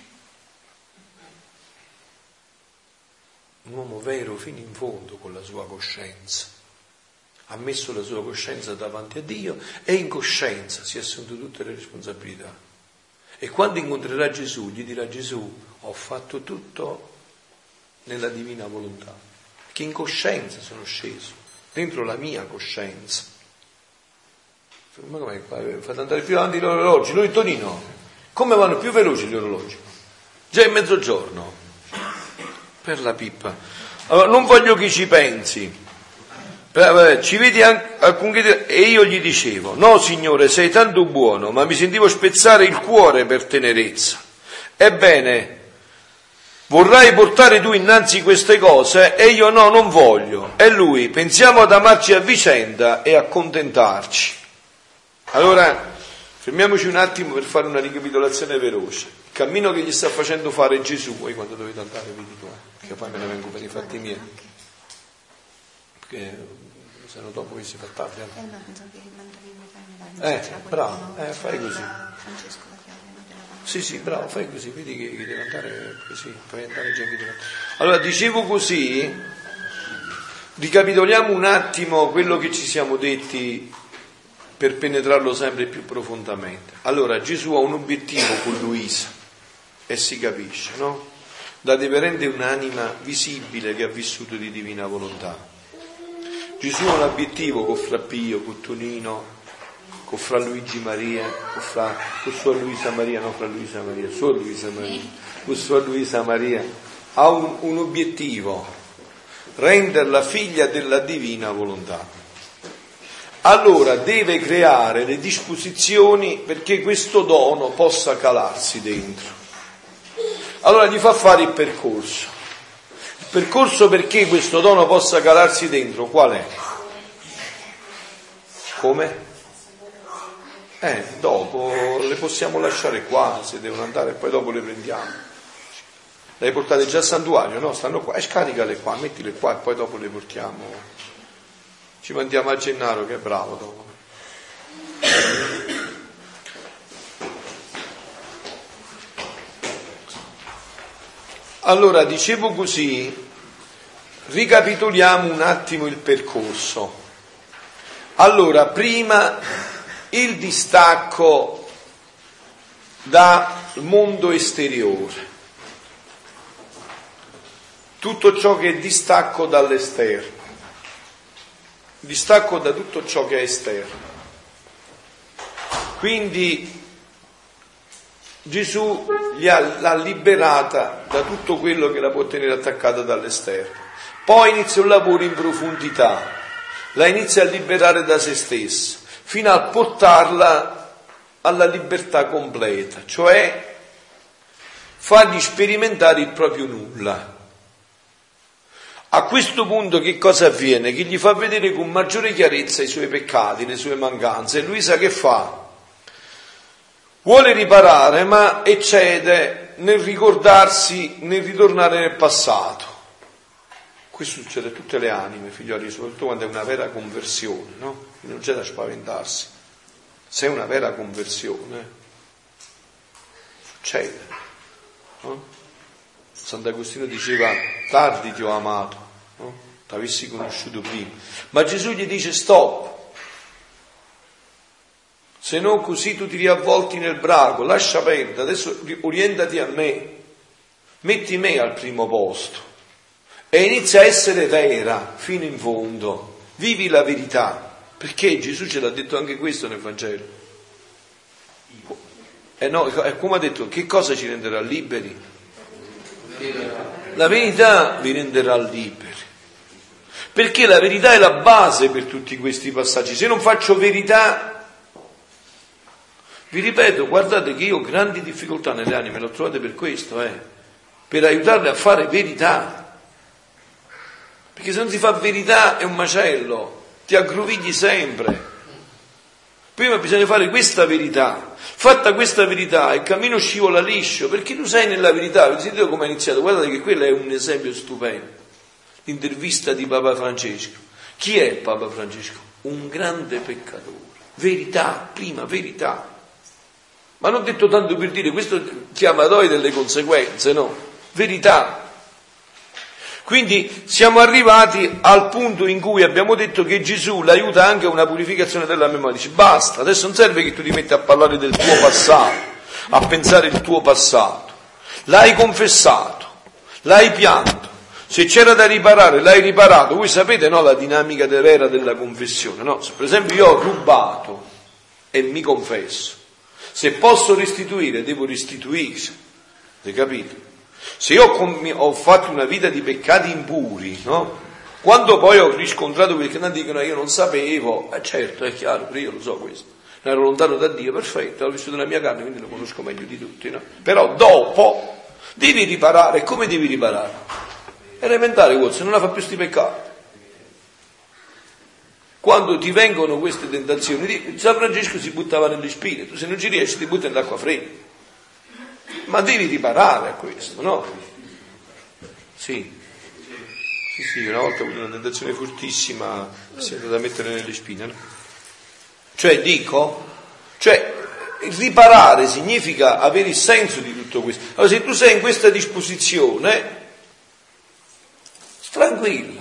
Un uomo vero fino in fondo con la sua coscienza. Ha messo la sua coscienza davanti a Dio e in coscienza si è assunto tutte le responsabilità. E quando incontrerà Gesù, gli dirà: Gesù, ho fatto tutto nella divina volontà. Che in coscienza sono sceso, dentro la mia coscienza. Ma come fate andare più avanti gli orologi? Lui Tonino, come vanno più veloci gli orologi? Già è mezzogiorno. Per la pippa. Allora, non voglio che ci pensi. Ci vedi anche, e io gli dicevo: no Signore, sei tanto buono, ma mi sentivo spezzare il cuore per tenerezza. Ebbene, vorrai portare tu innanzi queste cose? E io no, non voglio. E lui, pensiamo ad amarci a vicenda e a contentarci. Allora, fermiamoci un attimo per fare una ricapitolazione veloce. Il cammino che gli sta facendo fare Gesù, voi quando dovete andare, vedi tu, che poi me ne vengo per i fatti miei. Perché se no dopo che si fa tardi. Bravo, fai così. Sì, bravo, fai così, vedi che deve andare così, fai andare già che Allora, dicevo così, ricapitoliamo un attimo quello che ci siamo detti per penetrarlo sempre più profondamente. Allora, Gesù ha un obiettivo con Luisa, e si capisce, no? Da deperente un'anima visibile che ha vissuto di divina volontà. Gesù ha un obiettivo con Fra Pio, con Tonino, con Fra Luigi Maria, con Suor Luisa Maria, no Fra Luisa Maria, Suor Luisa Maria, con Suor Luisa Maria, ha un obiettivo, renderla figlia della divina volontà. Allora deve creare le disposizioni perché questo dono possa calarsi dentro. Allora gli fa fare il percorso. Il percorso perché questo dono possa calarsi dentro, qual è? Come? Dopo le possiamo lasciare qua, se devono andare, e poi dopo le prendiamo. Le hai portate già al santuario? No, stanno qua. Scaricale qua, mettile qua e poi dopo le portiamo. Ci mandiamo a Gennaro che è bravo dopo. Allora, dicevo così, ricapitoliamo un attimo il percorso. Allora, prima il distacco dal mondo esteriore, tutto ciò che è distacco dall'esterno, distacco da tutto ciò che è esterno. Quindi Gesù l'ha liberata da tutto quello che la può tenere attaccata dall'esterno. Poi inizia un lavoro in profondità, la inizia a liberare da se stessa, fino a portarla alla libertà completa, cioè fargli sperimentare il proprio nulla. A questo punto che cosa avviene? Che gli fa vedere con maggiore chiarezza i suoi peccati, le sue mancanze, e Luisa che fa? Vuole riparare, ma eccede nel ricordarsi, nel ritornare nel passato. Questo succede a tutte le anime, figlioli, soprattutto quando è una vera conversione, no? Non c'è da spaventarsi. Se è una vera conversione, succede, no? Sant'Agostino diceva: tardi ti ho amato, no? T'avessi conosciuto prima. Ma Gesù gli dice: stop. Se non così tu ti riavvolti nel branco, lascia perdere, adesso orientati a me, metti me al primo posto e inizia a essere vera fino in fondo, vivi la verità, perché Gesù ce l'ha detto anche questo nel Vangelo. E come ha detto, che cosa ci renderà liberi? La verità vi renderà liberi, perché la verità è la base per tutti questi passaggi. Se non faccio verità, vi ripeto, guardate che io ho grandi difficoltà nelle anime, le ho trovate per questo, per aiutarle a fare verità. Perché se non si fa verità è un macello, ti aggrovigli sempre. Prima bisogna fare questa verità. Fatta questa verità, il cammino scivola liscio, perché tu sei nella verità. Vi sentite come è iniziato? Guardate che quello è un esempio stupendo. L'intervista di Papa Francesco. Chi è Papa Francesco? Un grande peccatore. Verità, prima verità. Ma non detto tanto per dire, questo chiama poi delle conseguenze, no? Verità. Quindi siamo arrivati al punto in cui abbiamo detto che Gesù l'aiuta anche a una purificazione della memoria. Dice: basta, adesso non serve che tu ti metti a parlare del tuo passato, a pensare il tuo passato. L'hai confessato, l'hai pianto. Se c'era da riparare, l'hai riparato. Voi sapete, no, la dinamica vera della confessione, no? Se per esempio io ho rubato e mi confesso, se posso restituire, devo restituire. Avete capito? Se io ho fatto una vita di peccati impuri, no? Quando poi ho riscontrato, perché non dicono io non sapevo, certo, è chiaro, io lo so questo. ero lontano da Dio, perfetto, l'ho vissuto nella mia carne, quindi lo conosco meglio di tutti, no? Però dopo devi riparare. Come devi riparare? Elementare, se non la fa più sti peccati. Quando ti vengono queste tentazioni, San Francesco si buttava nelle spine, tu se non ci riesci ti butti nell'acqua fredda. Ma devi riparare a questo, no? Sì, una volta ho avuto una tentazione fortissima, si è andata a mettere nelle spine, no? Riparare significa avere il senso di tutto questo. Allora se tu sei in questa disposizione, tranquillo.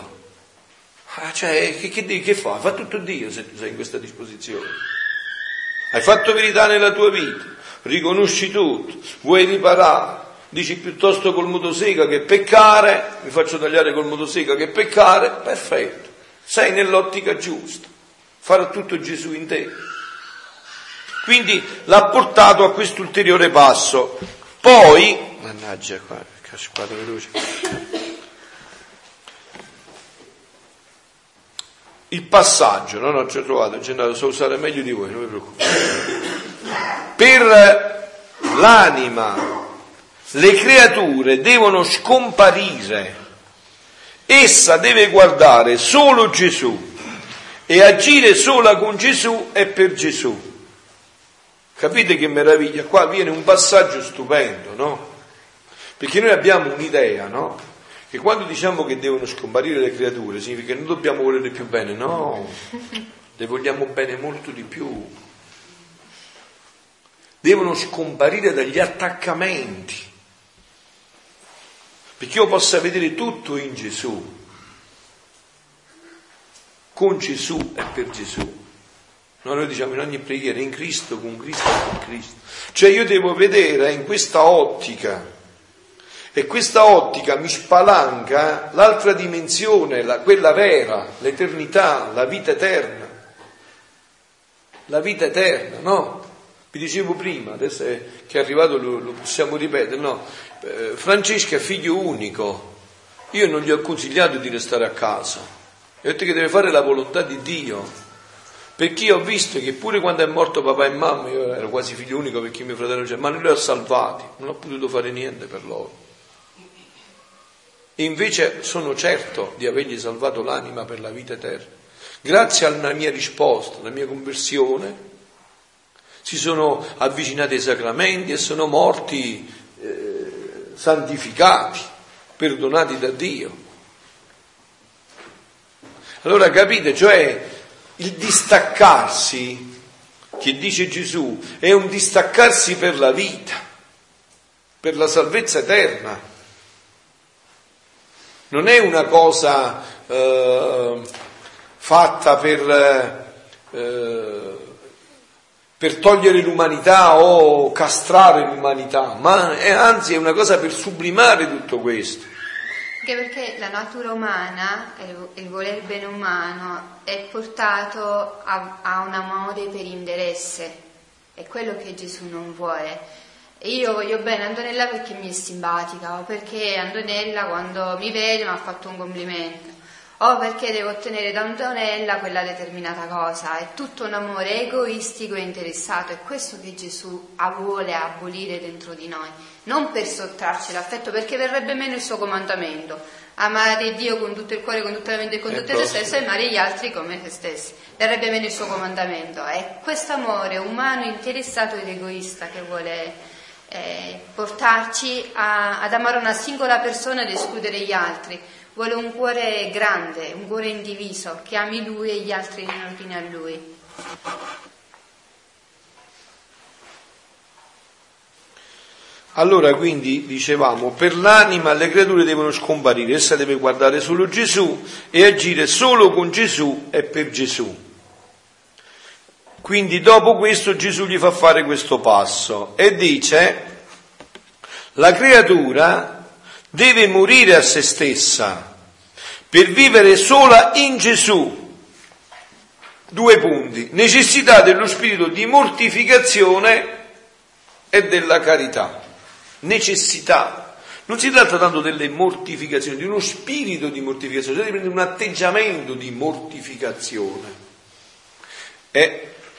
Che fai? Fa tutto Dio se tu sei in questa disposizione. Hai fatto verità nella tua vita, riconosci tutto, vuoi riparare, dici piuttosto col motosega che peccare, mi faccio tagliare col motosega che peccare, perfetto, sei nell'ottica giusta, farà tutto Gesù in te. Quindi l'ha portato a questo ulteriore passo. Poi, mannaggia qua, cascato veloce. Il passaggio, no, ci ho trovato, c'è andato, so usare meglio di voi, non vi preoccupate. Per l'anima, le creature devono scomparire, essa deve guardare solo Gesù e agire sola con Gesù e per Gesù. Capite che meraviglia? Qua viene un passaggio stupendo, no? Perché noi abbiamo un'idea, no? Che quando diciamo che devono scomparire le creature significa che non dobbiamo volerle più bene, no, le vogliamo bene molto di più. Devono scomparire dagli attaccamenti, perché io possa vedere tutto in Gesù, con Gesù e per Gesù. Noi diciamo in ogni preghiera in Cristo, con Cristo e con Cristo. Cioè io devo vedere in questa ottica. E questa ottica mi spalanca l'altra dimensione, quella vera, l'eternità, la vita eterna. La vita eterna, no? Vi dicevo prima, adesso che è arrivato lo possiamo ripetere, no? Francesca è figlio unico, io non gli ho consigliato di restare a casa, ho detto che deve fare la volontà di Dio, perché io ho visto che pure quando è morto papà e mamma, io ero quasi figlio unico perché mio fratello c'era, ma non li ho salvati, non ho potuto fare niente per loro. Invece sono certo di avergli salvato l'anima per la vita eterna. Grazie alla mia risposta, alla mia conversione, si sono avvicinati ai sacramenti e sono morti santificati, perdonati da Dio. Allora capite, cioè il distaccarsi, che dice Gesù, è un distaccarsi per la vita, per la salvezza eterna. Non è una cosa fatta per togliere l'umanità o castrare l'umanità, ma anzi è una cosa per sublimare tutto questo. Anche perché la natura umana, il voler bene umano, è portato a un amore per interesse, è quello che Gesù non vuole. Io voglio bene Antonella perché mi è simpatica, o perché Antonella quando mi vede mi ha fatto un complimento, o perché devo ottenere da Antonella quella determinata cosa. È tutto un amore egoistico e interessato, è questo che Gesù vuole abolire dentro di noi, non per sottrarci l'affetto, perché verrebbe meno il suo comandamento: amare Dio con tutto il cuore, con tutta la mente e con tutte se stesso, e amare gli altri come se stessi. Verrebbe meno il suo comandamento. È questo amore umano interessato ed egoista che vuole portarci ad amare una singola persona ed escludere gli altri. Vuole un cuore grande, un cuore indiviso, che ami Lui e gli altri in ordine a Lui. Allora quindi dicevamo, per l'anima le creature devono scomparire, essa deve guardare solo Gesù e agire solo con Gesù e per Gesù. Quindi dopo questo Gesù gli fa fare questo passo e dice: la creatura deve morire a se stessa per vivere sola in Gesù. 2 punti: necessità dello spirito di mortificazione e della carità. Necessità. Non si tratta tanto delle mortificazioni, di uno spirito di mortificazione, cioè di prendere un atteggiamento di mortificazione.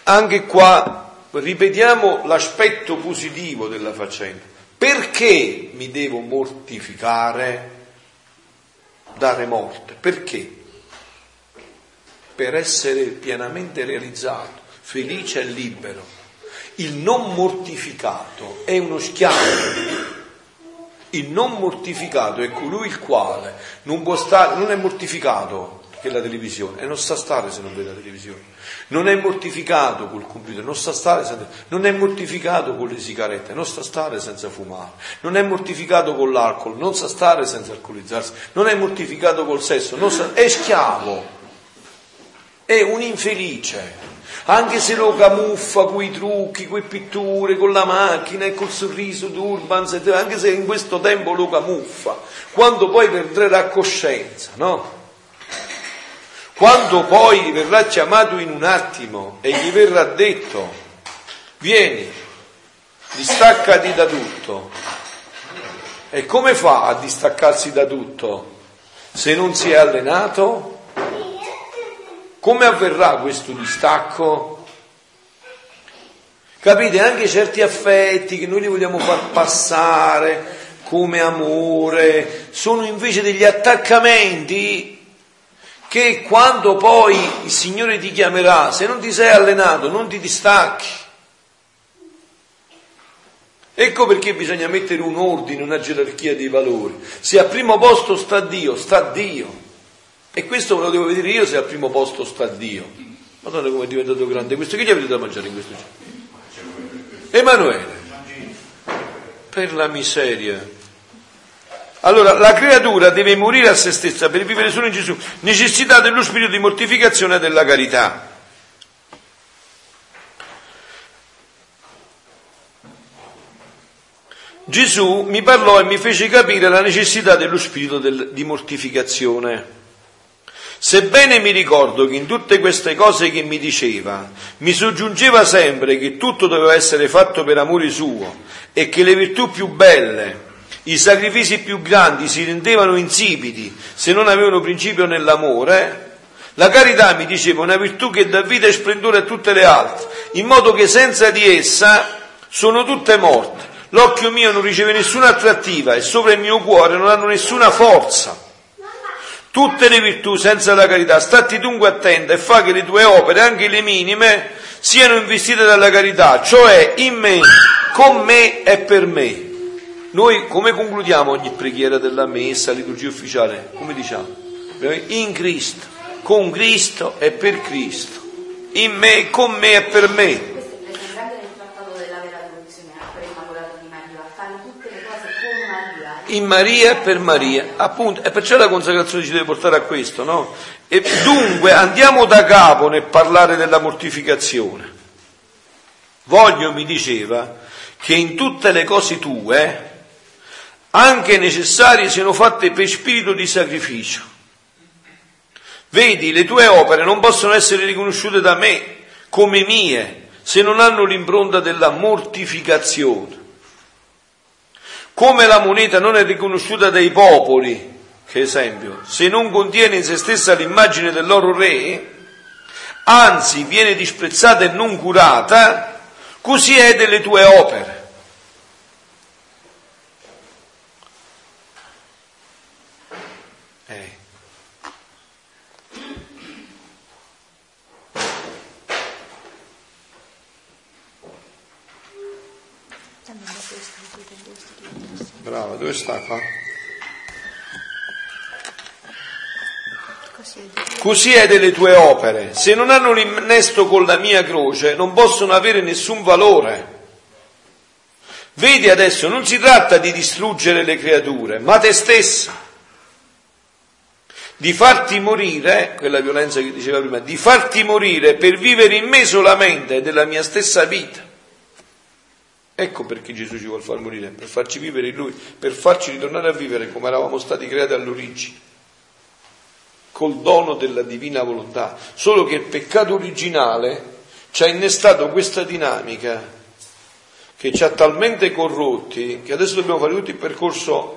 anche qua ripetiamo l'aspetto positivo della faccenda. Perché mi devo mortificare, dare morte? Perché? Per essere pienamente realizzato, felice e libero. Il non mortificato è uno schiavo. Il non mortificato è colui il quale non può stare, non è mortificato che la televisione, e non sa stare se non vede la televisione. Non è mortificato col computer, non sa stare senza, non è mortificato con le sigarette, non sa stare senza fumare. Non è mortificato con l'alcol, non sa stare senza alcolizzarsi. Non è mortificato col sesso, è schiavo. È un infelice. Anche se lo camuffa coi trucchi, coi pitture, con la macchina e col sorriso d'Urbans, anche se in questo tempo lo camuffa, quando poi perdrà coscienza, no? Quando poi verrà chiamato in un attimo e gli verrà detto: vieni, distaccati da tutto. E come fa a distaccarsi da tutto se non si è allenato? Come avverrà questo distacco? Capite? Anche certi affetti che noi li vogliamo far passare come amore sono invece degli attaccamenti che quando poi il Signore ti chiamerà, se non ti sei allenato, non ti distacchi. Ecco perché bisogna mettere un ordine, una gerarchia dei valori. Se al primo posto sta Dio, sta Dio. E questo ve lo devo vedere io se al primo posto sta Dio. Madonna, come è diventato grande questo. Che gli avete da mangiare in questo giorno? Emanuele. Per la miseria. Allora, la creatura deve morire a se stessa per vivere solo in Gesù. Necessità dello spirito di mortificazione e della carità. Gesù mi parlò e mi fece capire la necessità dello spirito di mortificazione. Sebbene mi ricordo che in tutte queste cose che mi diceva, mi soggiungeva sempre che tutto doveva essere fatto per amore suo e che le virtù più belle, i sacrifici più grandi si rendevano insipidi se non avevano principio nell'amore, la carità, mi diceva, è una virtù che dà vita e splendore a tutte le altre, in modo che senza di essa sono tutte morte. L'occhio mio non riceve nessuna attrattiva e sopra il mio cuore non hanno nessuna forza. Tutte le virtù senza la carità, statti dunque attenta e fa che le tue opere, anche le minime, siano investite dalla carità, cioè in me, con me e per me. Noi come concludiamo ogni preghiera della messa, liturgia ufficiale? Come diciamo? In Cristo, con Cristo e per Cristo, in me, con me e per me. In Maria e per Maria, appunto, e perciò la consacrazione ci deve portare a questo, no? E dunque andiamo da capo nel parlare della mortificazione. Voglio, mi diceva, che in tutte le cose tue anche necessarie siano fatte per spirito di sacrificio. Vedi, le tue opere non possono essere riconosciute da me come mie se non hanno l'impronta della mortificazione. Come la moneta non è riconosciuta dai popoli, che esempio, se non contiene in se stessa l'immagine del loro re, anzi viene disprezzata e non curata, così è delle tue opere. Brava, dove sta qua? Così è delle tue opere, se non hanno l'innesto con la mia croce non possono avere nessun valore. Vedi adesso, non si tratta di distruggere le creature, ma te stessa, di farti morire, quella violenza che diceva prima, di farti morire per vivere in me solamente della mia stessa vita. Ecco perché Gesù ci vuole far morire, per farci vivere in Lui, per farci ritornare a vivere come eravamo stati creati all'origine, col dono della divina volontà. Solo che il peccato originale ci ha innestato questa dinamica che ci ha talmente corrotti che adesso dobbiamo fare tutto il percorso,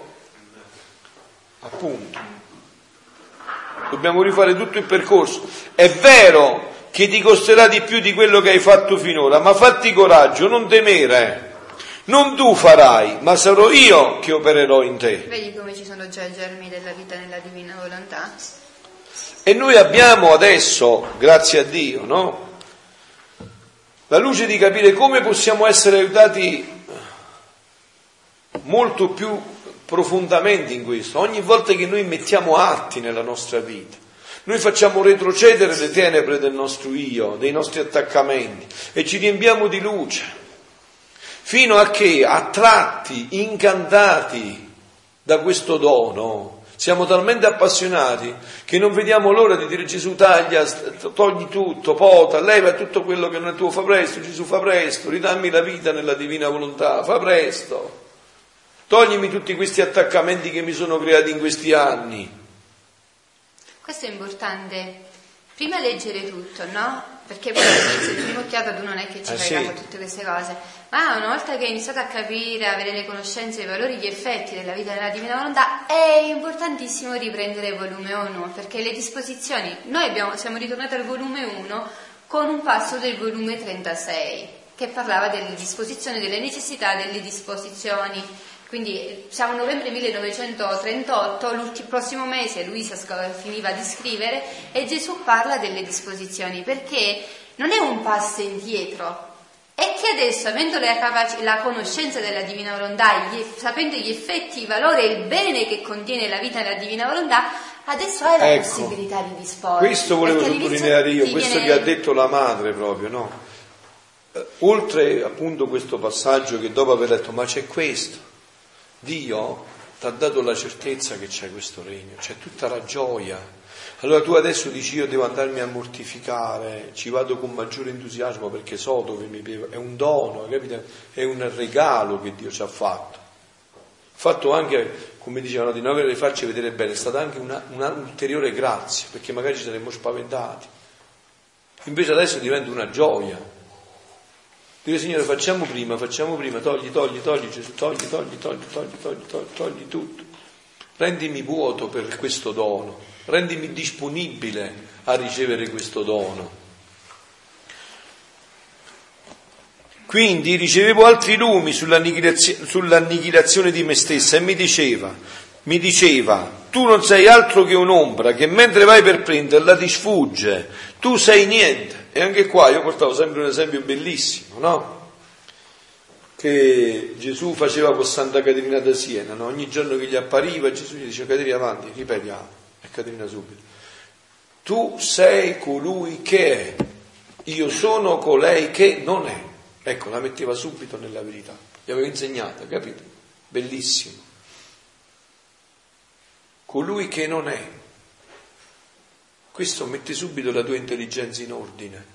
appunto. Dobbiamo rifare tutto il percorso. È vero che ti costerà di più di quello che hai fatto finora, ma fatti coraggio, non temere. Non tu farai, ma sarò io che opererò in te. Vedi come ci sono già i germi della vita nella divina volontà? E noi abbiamo adesso, grazie a Dio, no? La luce di capire come possiamo essere aiutati molto più profondamente in questo. Ogni volta che noi mettiamo atti nella nostra vita, noi facciamo retrocedere le tenebre del nostro io, dei nostri attaccamenti, e ci riempiamo di luce, fino a che, attratti, incantati da questo dono, siamo talmente appassionati che non vediamo l'ora di dire: Gesù, taglia, togli tutto, pota, leva tutto quello che non è tuo, fa presto, Gesù, fa presto, ridammi la vita nella divina volontà, fa presto, toglimi tutti questi attaccamenti che mi sono creati in questi anni. Questo è importante. Prima leggere tutto, no? Perché poi all'inizio di prima occhiata tu non è che ci fai capo a tutte queste cose, ma una volta che hai iniziato a capire, avere le conoscenze, i valori, gli effetti della vita della divina volontà, è importantissimo riprendere il volume 1, perché le disposizioni, siamo ritornati al volume 1 con un passo del volume 36 che parlava delle disposizioni, delle necessità delle disposizioni. Quindi siamo a novembre 1938, il prossimo mese Luisa finiva di scrivere e Gesù parla delle disposizioni, perché non è un passo indietro, è che adesso, avendo la conoscenza della divina volontà, sapendo gli effetti, i valori e il bene che contiene la vita della divina volontà, adesso hai la possibilità di disporre. Questo volevo sottolineare io, questo che ha detto la madre proprio, no? Oltre appunto questo passaggio che dopo aver letto, ma c'è questo. Dio ti ha dato la certezza che c'è questo regno, c'è tutta la gioia. Allora tu adesso dici: io devo andarmi a mortificare, ci vado con maggiore entusiasmo perché so dove mi bevo. È un dono, capite? È un regalo che Dio ci ha fatto. Fatto anche, come dicevano, di non aver farci vedere bene, è stata anche una ulteriore grazia, perché magari ci saremmo spaventati. Invece adesso diventa una gioia. Dire: Signore, facciamo prima, togli Gesù, togli tutto. Rendimi vuoto per questo dono, rendimi disponibile a ricevere questo dono. Quindi ricevevo altri lumi sull'annichilazione di me stessa e mi diceva: tu non sei altro che un'ombra che mentre vai per prenderla ti sfugge, tu sei niente. E anche qua io portavo sempre un esempio bellissimo, no? Che Gesù faceva con Santa Caterina da Siena, no? Ogni giorno che gli appariva Gesù gli diceva: Caterina, avanti, ripetiamo. E Caterina subito: tu sei colui che è, io sono colei che non è. Ecco, la metteva subito nella verità, gli aveva insegnato, capito? Bellissimo. Colui che non è. Questo mette subito la tua intelligenza in ordine.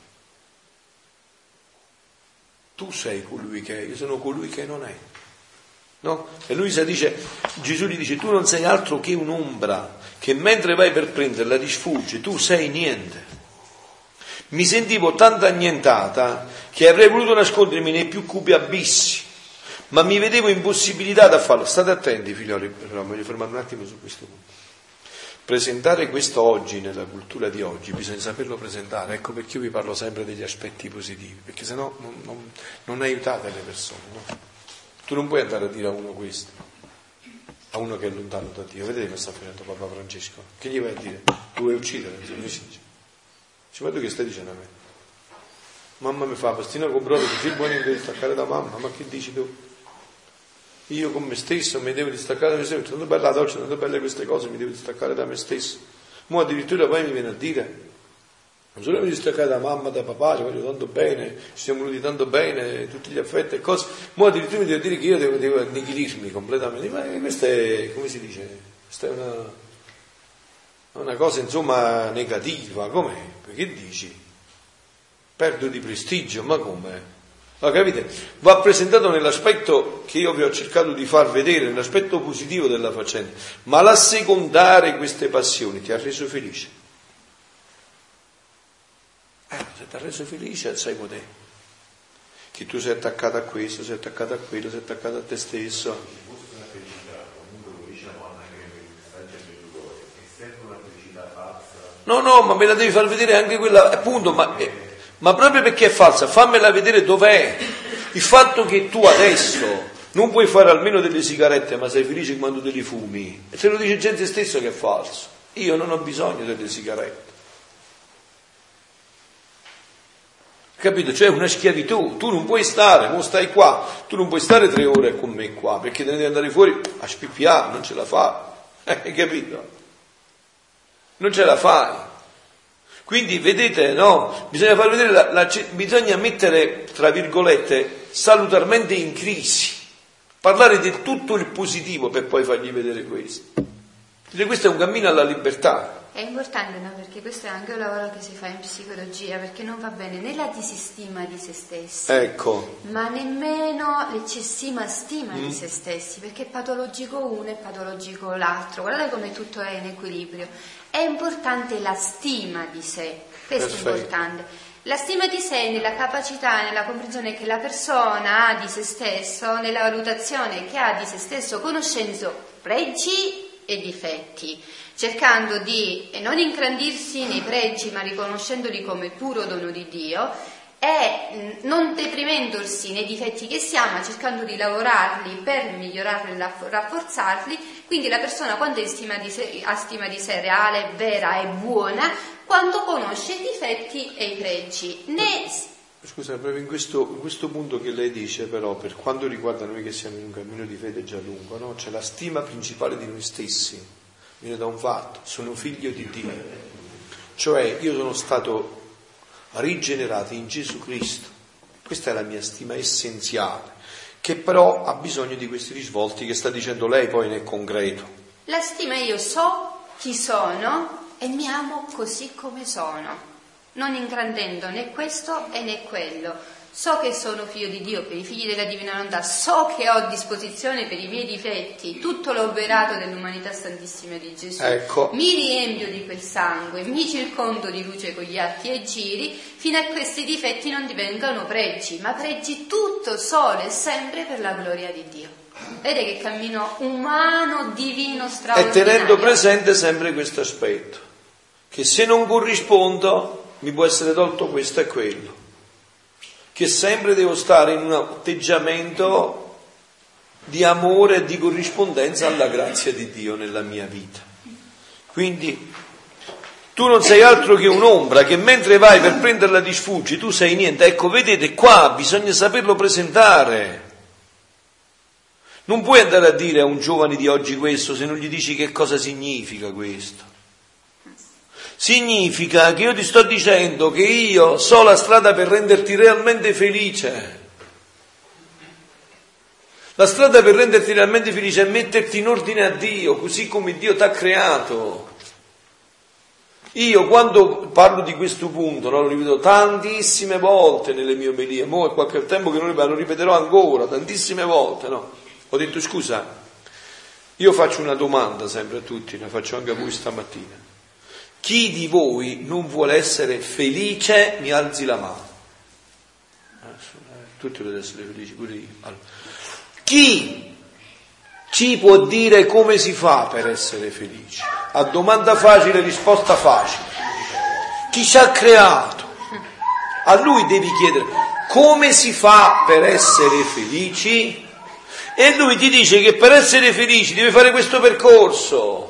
Tu sei colui che è, io sono colui che non è. No? E Luisa dice, Gesù gli dice: tu non sei altro che un'ombra che mentre vai per prenderla ti sfugge, tu sei niente. Mi sentivo tanto annientata che avrei voluto nascondermi nei più cupi abissi, ma mi vedevo impossibilitata a farlo. State attenti, figlioli, però voglio fermare un attimo su questo punto. Presentare questo oggi, nella cultura di oggi, bisogna saperlo presentare. Ecco perché io vi parlo sempre degli aspetti positivi, perché sennò non aiutate le persone, no? Tu non puoi andare a dire a uno questo, a uno che è lontano da Dio: vedete che sta facendo Papa Francesco? Che gli vai a dire? Tu vuoi uccidere? Dice, ma tu che stai dicendo a me? Mamma mi fa pastina con brodo, ti buono, mi devi staccare da mamma. Ma che dici tu? Io con me stesso mi devo distaccare da me stesso, tanto bella la doccia, tanto belle queste cose, mi devo distaccare da me stesso. Mo addirittura poi mi viene a dire: non solo mi distaccare da mamma, da papà, ci voglio tanto bene, ci siamo voluti tanto bene, tutti gli affetti e cose. Mo addirittura mi devo dire che io devo annichilirmi completamente. Ma questa è, come si dice, questa è una cosa insomma negativa. Com'è? Che dici? Perdo di prestigio, ma come? Ma capite? Va presentato nell'aspetto che io vi ho cercato di far vedere, nell'aspetto positivo della faccenda. Ma l'assecondare queste passioni ti ha reso felice? Se ti ha reso felice, sai te che tu sei attaccato a questo, sei attaccato a quello, sei attaccato a te stesso. Se fosse una felicità, comunque lo dice la mamma che mi sta già è sempre una felicità falsa. No, ma me la devi far vedere anche quella, appunto, ma proprio perché è falsa, fammela vedere dov'è. Il fatto che tu adesso non puoi fare almeno delle sigarette, ma sei felice quando te li fumi, e te lo dice gente stesso che è falso. Io non ho bisogno delle sigarette. Capito? Cioè una schiavitù, tu non puoi stare, non stai qua, tu non puoi stare 3 ore con me qua, perché te ne devi andare fuori a spippiare, non ce la fai, hai capito? Non ce la fai. Quindi vedete, no? Bisogna far vedere, bisogna mettere, tra virgolette, salutarmente in crisi, parlare di tutto il positivo per poi fargli vedere questo. Questo è un cammino alla libertà. È importante, no? Perché questo è anche un lavoro che si fa in psicologia, perché non va bene né la disistima di se stessi, ecco, ma nemmeno l'eccessiva stima di se stessi, perché è patologico uno e patologico l'altro. Guardate come tutto è in equilibrio. È importante la stima di sé, questo perfetto. È importante. La stima di sé nella capacità, nella comprensione che la persona ha di se stesso, nella valutazione che ha di se stesso, conoscendo pregi e difetti, cercando di non ingrandirsi nei pregi ma riconoscendoli come puro dono di Dio e non deprimendosi nei difetti che si ha, ma cercando di lavorarli per migliorarli e rafforzarli. Quindi la persona, quando ha stima di sé reale, vera e buona, quando conosce i difetti e i pregi. Scusa, proprio in questo punto che lei dice, però, per quanto riguarda noi che siamo in un cammino di fede già lungo, no? C'è la stima principale di noi stessi, viene da un fatto: sono figlio di Dio, cioè io sono stato rigenerato in Gesù Cristo. Questa è la mia stima essenziale, che però ha bisogno di questi risvolti che sta dicendo lei poi nel concreto. La stima, io so chi sono e mi amo così come sono, non ingrandendo né questo e né quello. So che sono figlio di Dio per i figli della divina volontà, so che ho a disposizione per i miei difetti tutto l'operato dell'umanità santissima di Gesù. Ecco. Mi riempio di quel sangue, mi circondo di luce con gli atti e giri, fino a che questi difetti non divengano pregi, ma pregi tutto, solo e sempre per la gloria di Dio. Vede che cammino umano, divino, straordinario. E tenendo presente sempre questo aspetto, che se non corrispondo mi può essere tolto questo e quello, che sempre devo stare in un atteggiamento di amore e di corrispondenza alla grazia di Dio nella mia vita. Quindi tu non sei altro che un'ombra che mentre vai per prenderla ti sfuggi, tu sei niente. Ecco, vedete, qua bisogna saperlo presentare. Non puoi andare a dire a un giovane di oggi questo se non gli dici che cosa significa questo. Significa che io ti sto dicendo che io so la strada per renderti realmente felice. La strada per renderti realmente felice è metterti in ordine a Dio, così come Dio ti ha creato. Io quando parlo di questo punto, no, lo ripeto tantissime volte nelle mie omelie, mo è qualche tempo che non lo ripeterò ancora, tantissime volte, no? Ho detto, scusa, io faccio una domanda sempre a tutti, la faccio anche a voi stamattina. Chi di voi non vuole essere felice, mi alzi la mano. Tutti volete essere felici, pure io. Allora, chi ci può dire come si fa per essere felici? A domanda facile, risposta facile. Chi ci ha creato? A lui devi chiedere come si fa per essere felici? E lui ti dice che per essere felici devi fare questo percorso.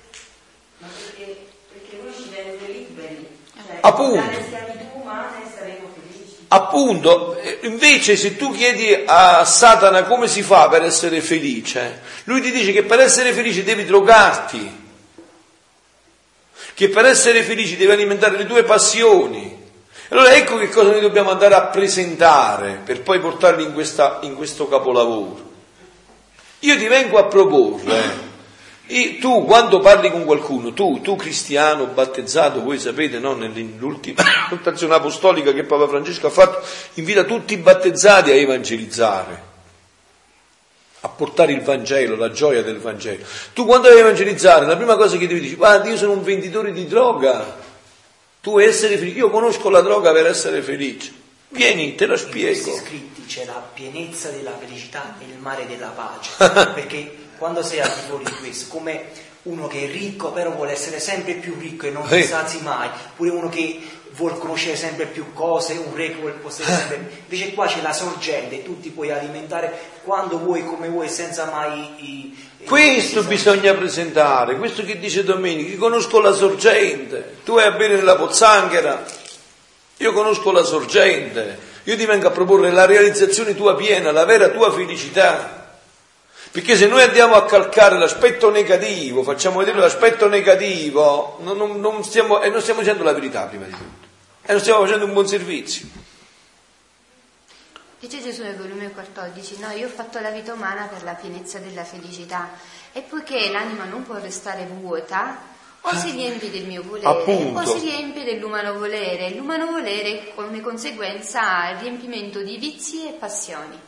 Appunto, invece se tu chiedi a Satana come si fa per essere felice, lui ti dice che per essere felice devi drogarti, che per essere felici devi alimentare le tue passioni. Allora ecco che cosa noi dobbiamo andare a presentare per poi portarli in questo capolavoro. Io ti vengo a proporre. Tu quando parli con qualcuno, tu cristiano battezzato, voi sapete, no, nell'ultima votazione apostolica che Papa Francesco ha fatto, invita tutti i battezzati a evangelizzare, a portare il Vangelo, la gioia del Vangelo. Tu quando devi evangelizzare, la prima cosa che devi dire, guarda, io sono un venditore di droga, tu vuoi essere felice, io conosco la droga per essere felice, vieni, te lo spiego. In questi scritti c'è la pienezza della felicità e il mare della pace, perché quando sei al di fuori di questo, come uno che è ricco però vuole essere sempre più ricco e non si sazi mai, pure uno che vuol conoscere sempre più cose, un re che vuole possedere sempre più. Invece qua c'è la sorgente, tu ti puoi alimentare quando vuoi, come vuoi, senza mai questo bisogna presentare, questo che dice Domenico, io conosco la sorgente, tu vai a bere nella pozzanghera, io conosco la sorgente, io ti vengo a proporre la realizzazione tua piena, la vera tua felicità. Perché se noi andiamo a calcare l'aspetto negativo, facciamo vedere l'aspetto negativo, non stiamo dicendo la verità prima di tutto, e non stiamo facendo un buon servizio. Dice Gesù nel volume 14, no, io ho fatto la vita umana per la pienezza della felicità, e poiché l'anima non può restare vuota, o si riempie del mio volere, appunto, o si riempie dell'umano volere. L'umano volere come conseguenza ha il riempimento di vizi e passioni.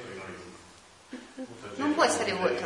Non può essere vuoto.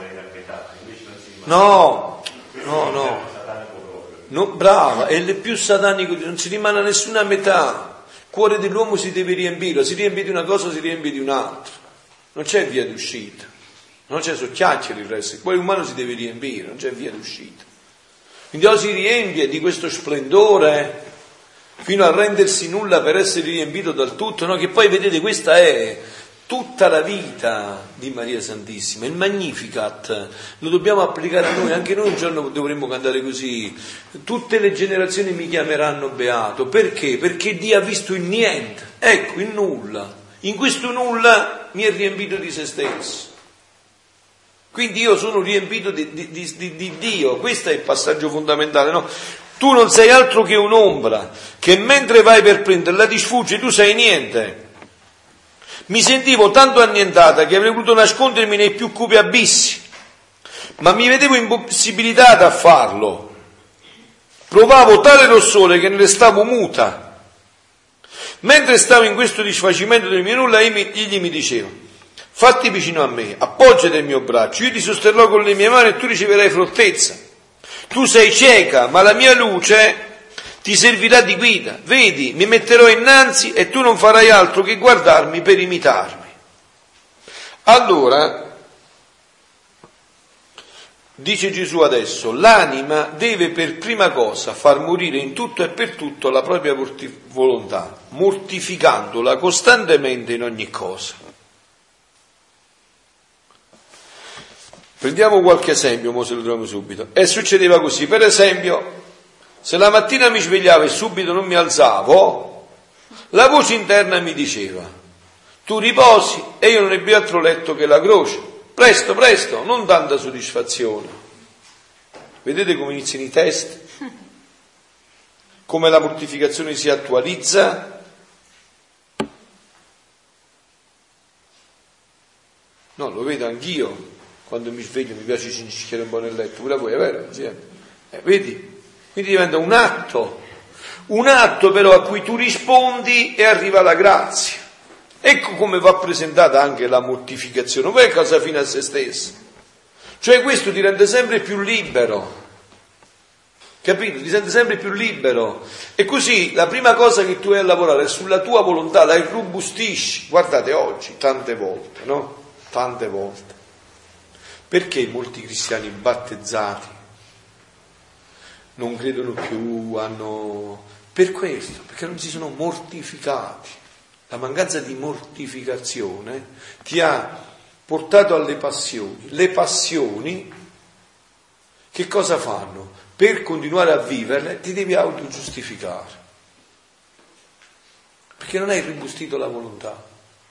No, brava, è il più satanico, non si rimane nessuna metà. Il cuore dell'uomo si deve riempire, si riempie di una cosa, si riempie di un'altra. Non c'è via d'uscita, non c'è chiacchiere il resto. Il cuore umano si deve riempire, non c'è via d'uscita. Quindi o si riempie di questo splendore fino a rendersi nulla per essere riempito dal tutto, no? Che poi vedete, questa è tutta la vita di Maria Santissima, il Magnificat lo dobbiamo applicare a noi, anche noi un giorno dovremmo cantare così: tutte le generazioni mi chiameranno beato. Perché? Perché Dio ha visto il niente, ecco, il nulla, in questo nulla mi è riempito di se stesso, quindi io sono riempito di Dio. Questo è il passaggio fondamentale, no? Tu non sei altro che un'ombra che mentre vai per prenderla ti sfugge, tu sei niente. Mi sentivo tanto annientata che avrei voluto nascondermi nei più cupi abissi, ma mi vedevo impossibilitata a farlo. Provavo tale rossore che ne restavo muta. Mentre stavo in questo disfacimento del mio nulla, egli mi diceva: fatti vicino a me, appoggiati al mio braccio, io ti sosterrò con le mie mani e tu riceverai flottezza. Tu sei cieca, ma la mia luce ti servirà di guida. Vedi, mi metterò innanzi e tu non farai altro che guardarmi per imitarmi. Allora, dice Gesù adesso, l'anima deve per prima cosa far morire in tutto e per tutto la propria volontà, mortificandola costantemente in ogni cosa. Prendiamo qualche esempio, mo se lo troviamo subito. E succedeva così, per esempio, se la mattina mi svegliavo e subito non mi alzavo, la voce interna mi diceva: tu riposi e io non ebbi altro letto che la croce. Presto, presto, non tanta soddisfazione. Vedete come iniziano i test? Come la mortificazione si attualizza? No, lo vedo anch'io. Quando mi sveglio mi piace cincicchiare un po' nel letto, pure a voi, è vero? Vedi? Quindi diventa un atto però a cui tu rispondi e arriva la grazia. Ecco come va presentata anche la mortificazione, non è cosa fine a se stessa. Cioè questo ti rende sempre più libero, capito? Ti senti sempre più libero. E così la prima cosa che tu hai a lavorare è sulla tua volontà, la irrobustisci. Guardate oggi, tante volte, no? Tante volte. Perché molti cristiani battezzati non credono più, per questo, perché non si sono mortificati. La mancanza di mortificazione ti ha portato alle passioni. Le passioni che cosa fanno? Per continuare a viverle ti devi autogiustificare, perché non hai irrobustito la volontà.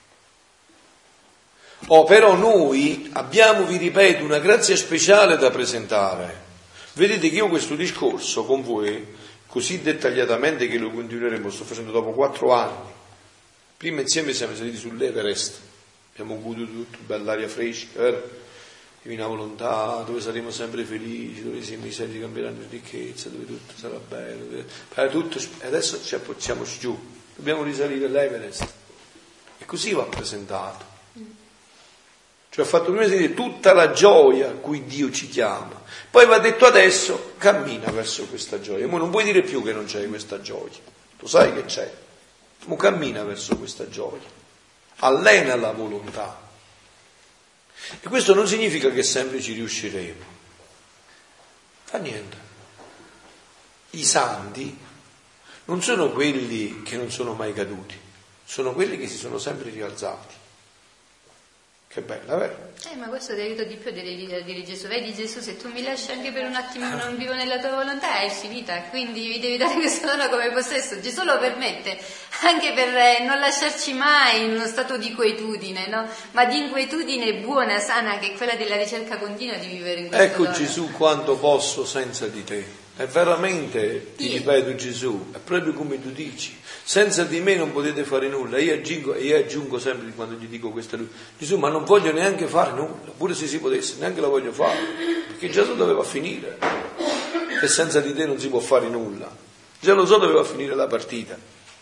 Però noi abbiamo, vi ripeto, una grazia speciale da presentare. Vedete che io questo discorso con voi, così dettagliatamente che lo continueremo, sto facendo dopo 4 anni. Prima insieme siamo saliti sull'Everest, abbiamo goduto tutto, bell'aria fresca, divina volontà, dove saremo sempre felici, dove i miseri cambieranno in ricchezza, dove tutto sarà bello, tutto, adesso ci appoggiamo giù, dobbiamo risalire l'Everest. E così va presentato. Cioè ha fatto prima sentire tutta la gioia a cui Dio ci chiama. Poi va detto adesso, cammina verso questa gioia. Ma non puoi dire più che non c'è questa gioia. Tu sai che c'è. Ma cammina verso questa gioia. Allena la volontà. E questo non significa che sempre ci riusciremo. Fa niente. I santi non sono quelli che non sono mai caduti, sono quelli che si sono sempre rialzati. Che bella, vero? Ma questo ti aiuta di più a dire Gesù. Vedi Gesù, se tu mi lasci anche per un attimo non vivo nella tua volontà, esci vita, quindi vi devi dare questo dono come possesso. Gesù lo permette, anche per non lasciarci mai in uno stato di quietudine, no? Ma di inquietudine buona, sana, che è quella della ricerca continua di vivere in questo Ecco dono. Gesù, quanto posso senza di te. È veramente, ti ripeto Gesù, è proprio come tu dici, senza di me non potete fare nulla. Io aggiungo sempre quando gli dico questa lui, Gesù, ma non voglio neanche fare nulla, pure se si potesse, neanche lo voglio fare, perché Gesù doveva finire, e senza di te non si può fare nulla. Già lo so, doveva finire la partita.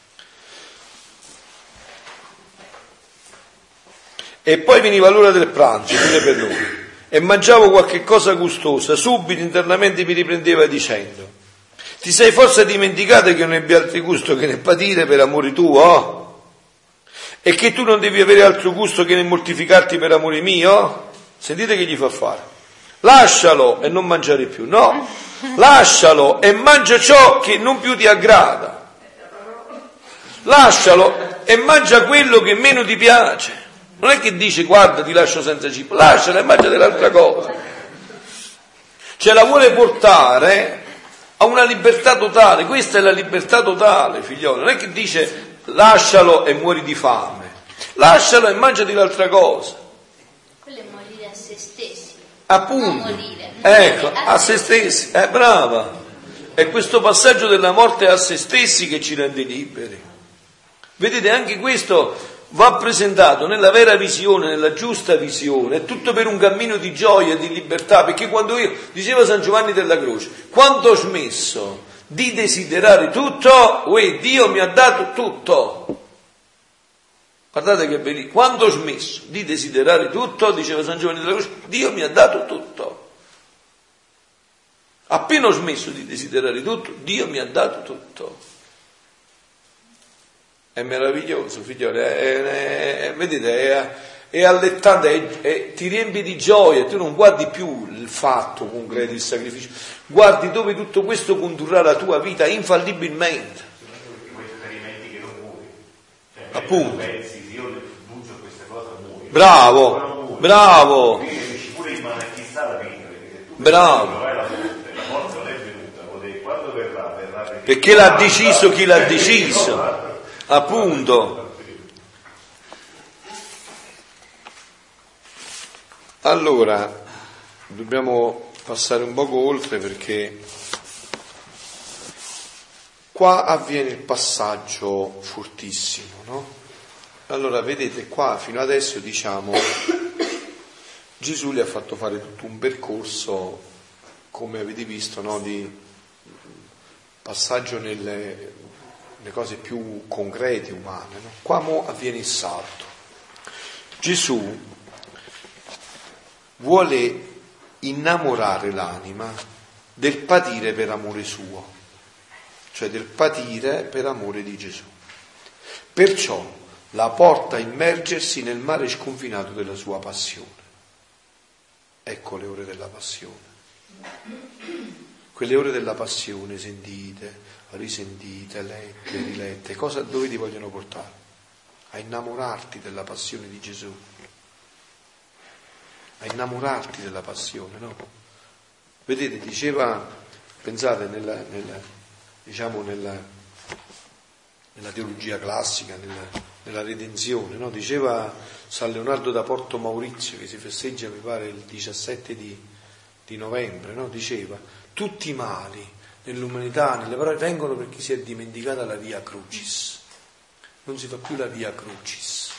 E poi veniva l'ora del pranzo, pure per noi. E mangiavo qualche cosa gustosa, subito internamente mi riprendeva dicendo: ti sei forse dimenticato che non ebbi altro gusto che nel patire per amore tuo? E che tu non devi avere altro gusto che nel mortificarti per amore mio? Sentite che gli fa fare: lascialo e non mangiare più, no, lascialo e mangia ciò che non più ti aggrada, lascialo e mangia quello che meno ti piace. Non è che dice guarda ti lascio senza cibo, lasciala e mangia dell'altra cosa. Cioè la vuole portare a una libertà totale. Questa è la libertà totale, figliolo. Non è che dice lascialo e muori di fame, lascialo e mangiati l'altra cosa. Quello è morire a se stessi. Appunto, morire ecco, a se stessi, brava. È questo passaggio della morte a se stessi che ci rende liberi. Vedete, anche questo va presentato nella vera visione, nella giusta visione, è tutto per un cammino di gioia e di libertà, perché quando io, diceva San Giovanni della Croce, quando ho smesso di desiderare tutto, Dio mi ha dato tutto. Guardate che bello, quando ho smesso di desiderare tutto, diceva San Giovanni della Croce, Dio mi ha dato tutto. Appena ho smesso di desiderare tutto, Dio mi ha dato tutto. È meraviglioso, figlioli, vedete, è allettante, ti riempie di gioia, tu non guardi più il fatto concreto, il sacrificio, guardi dove tutto questo condurrà la tua vita infallibilmente. Quei esperimenti che non muori. Cioè, appunto. Pensi, io denuncio questa cosa, muori. Bravo, bravo. Quindi pure in mano a chi sta la vita, perché tu bravo. La morte non è venuta, quando verrà perché l'ha deciso chi l'ha deciso. Appunto. Allora, dobbiamo passare un poco oltre perché qua avviene il passaggio fortissimo, no? Allora, vedete, qua fino adesso diciamo Gesù le ha fatto fare tutto un percorso, come avete visto, no? Di passaggio nelle cose più concrete, umane, no? Qua mo avviene il salto. Gesù vuole innamorare l'anima del patire per amore suo, cioè del patire per amore di Gesù. Perciò la porta a immergersi nel mare sconfinato della sua passione. Ecco le ore della passione. Quelle ore della passione sentite, risentite, lette, rilette, dove ti vogliono portare? A innamorarti della passione di Gesù, a innamorarti della passione, no? Vedete, diceva, pensate nella teologia classica, nella redenzione, no? Diceva San Leonardo da Porto Maurizio, che si festeggia, mi pare, il 17 di novembre, no? Diceva, tutti i mali nell'umanità, nelle parole, vengono perché si è dimenticata la via crucis. Non si fa più la via crucis.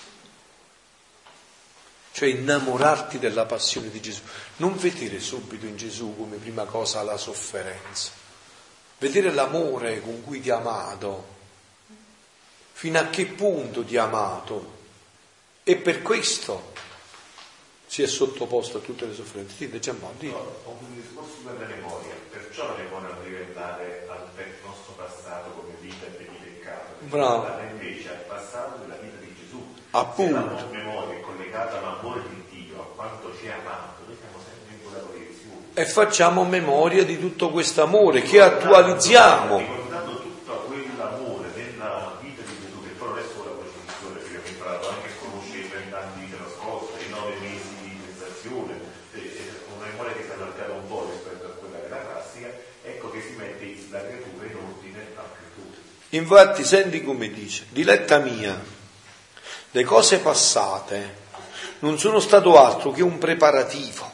Cioè innamorarti della passione di Gesù. Non vedere subito in Gesù come prima cosa la sofferenza. Vedere l'amore con cui ti ha amato. Fino a che punto ti ha amato. E per questo si è sottoposto a tutte le sofferenze. Dite Giampaolo, dite. Ho un discorso per la memoria. Perciò la memoria non deve andare al nostro passato come vita e di peccato. Bravo. Andare invece al passato della vita di Gesù. Appunto. Se la memoria è collegata all'amore di Dio, a quanto ci ha amato, noi siamo sempre in quella proiezione. E facciamo memoria di tutto questo amore che attualizziamo. Ricordando tutto quell'amore nella vita di Gesù, che poi non è solo la crocifissione, che abbiamo imparato anche a conoscere i 30 anni di vita nascosta, i 9 mesi di gestazione, una memoria che si è allargata un po' rispetto a quella che era classica, ecco che si mette la creatura in ordine a creatura. Infatti senti come dice: diletta mia, le cose passate non sono stato altro che un preparativo.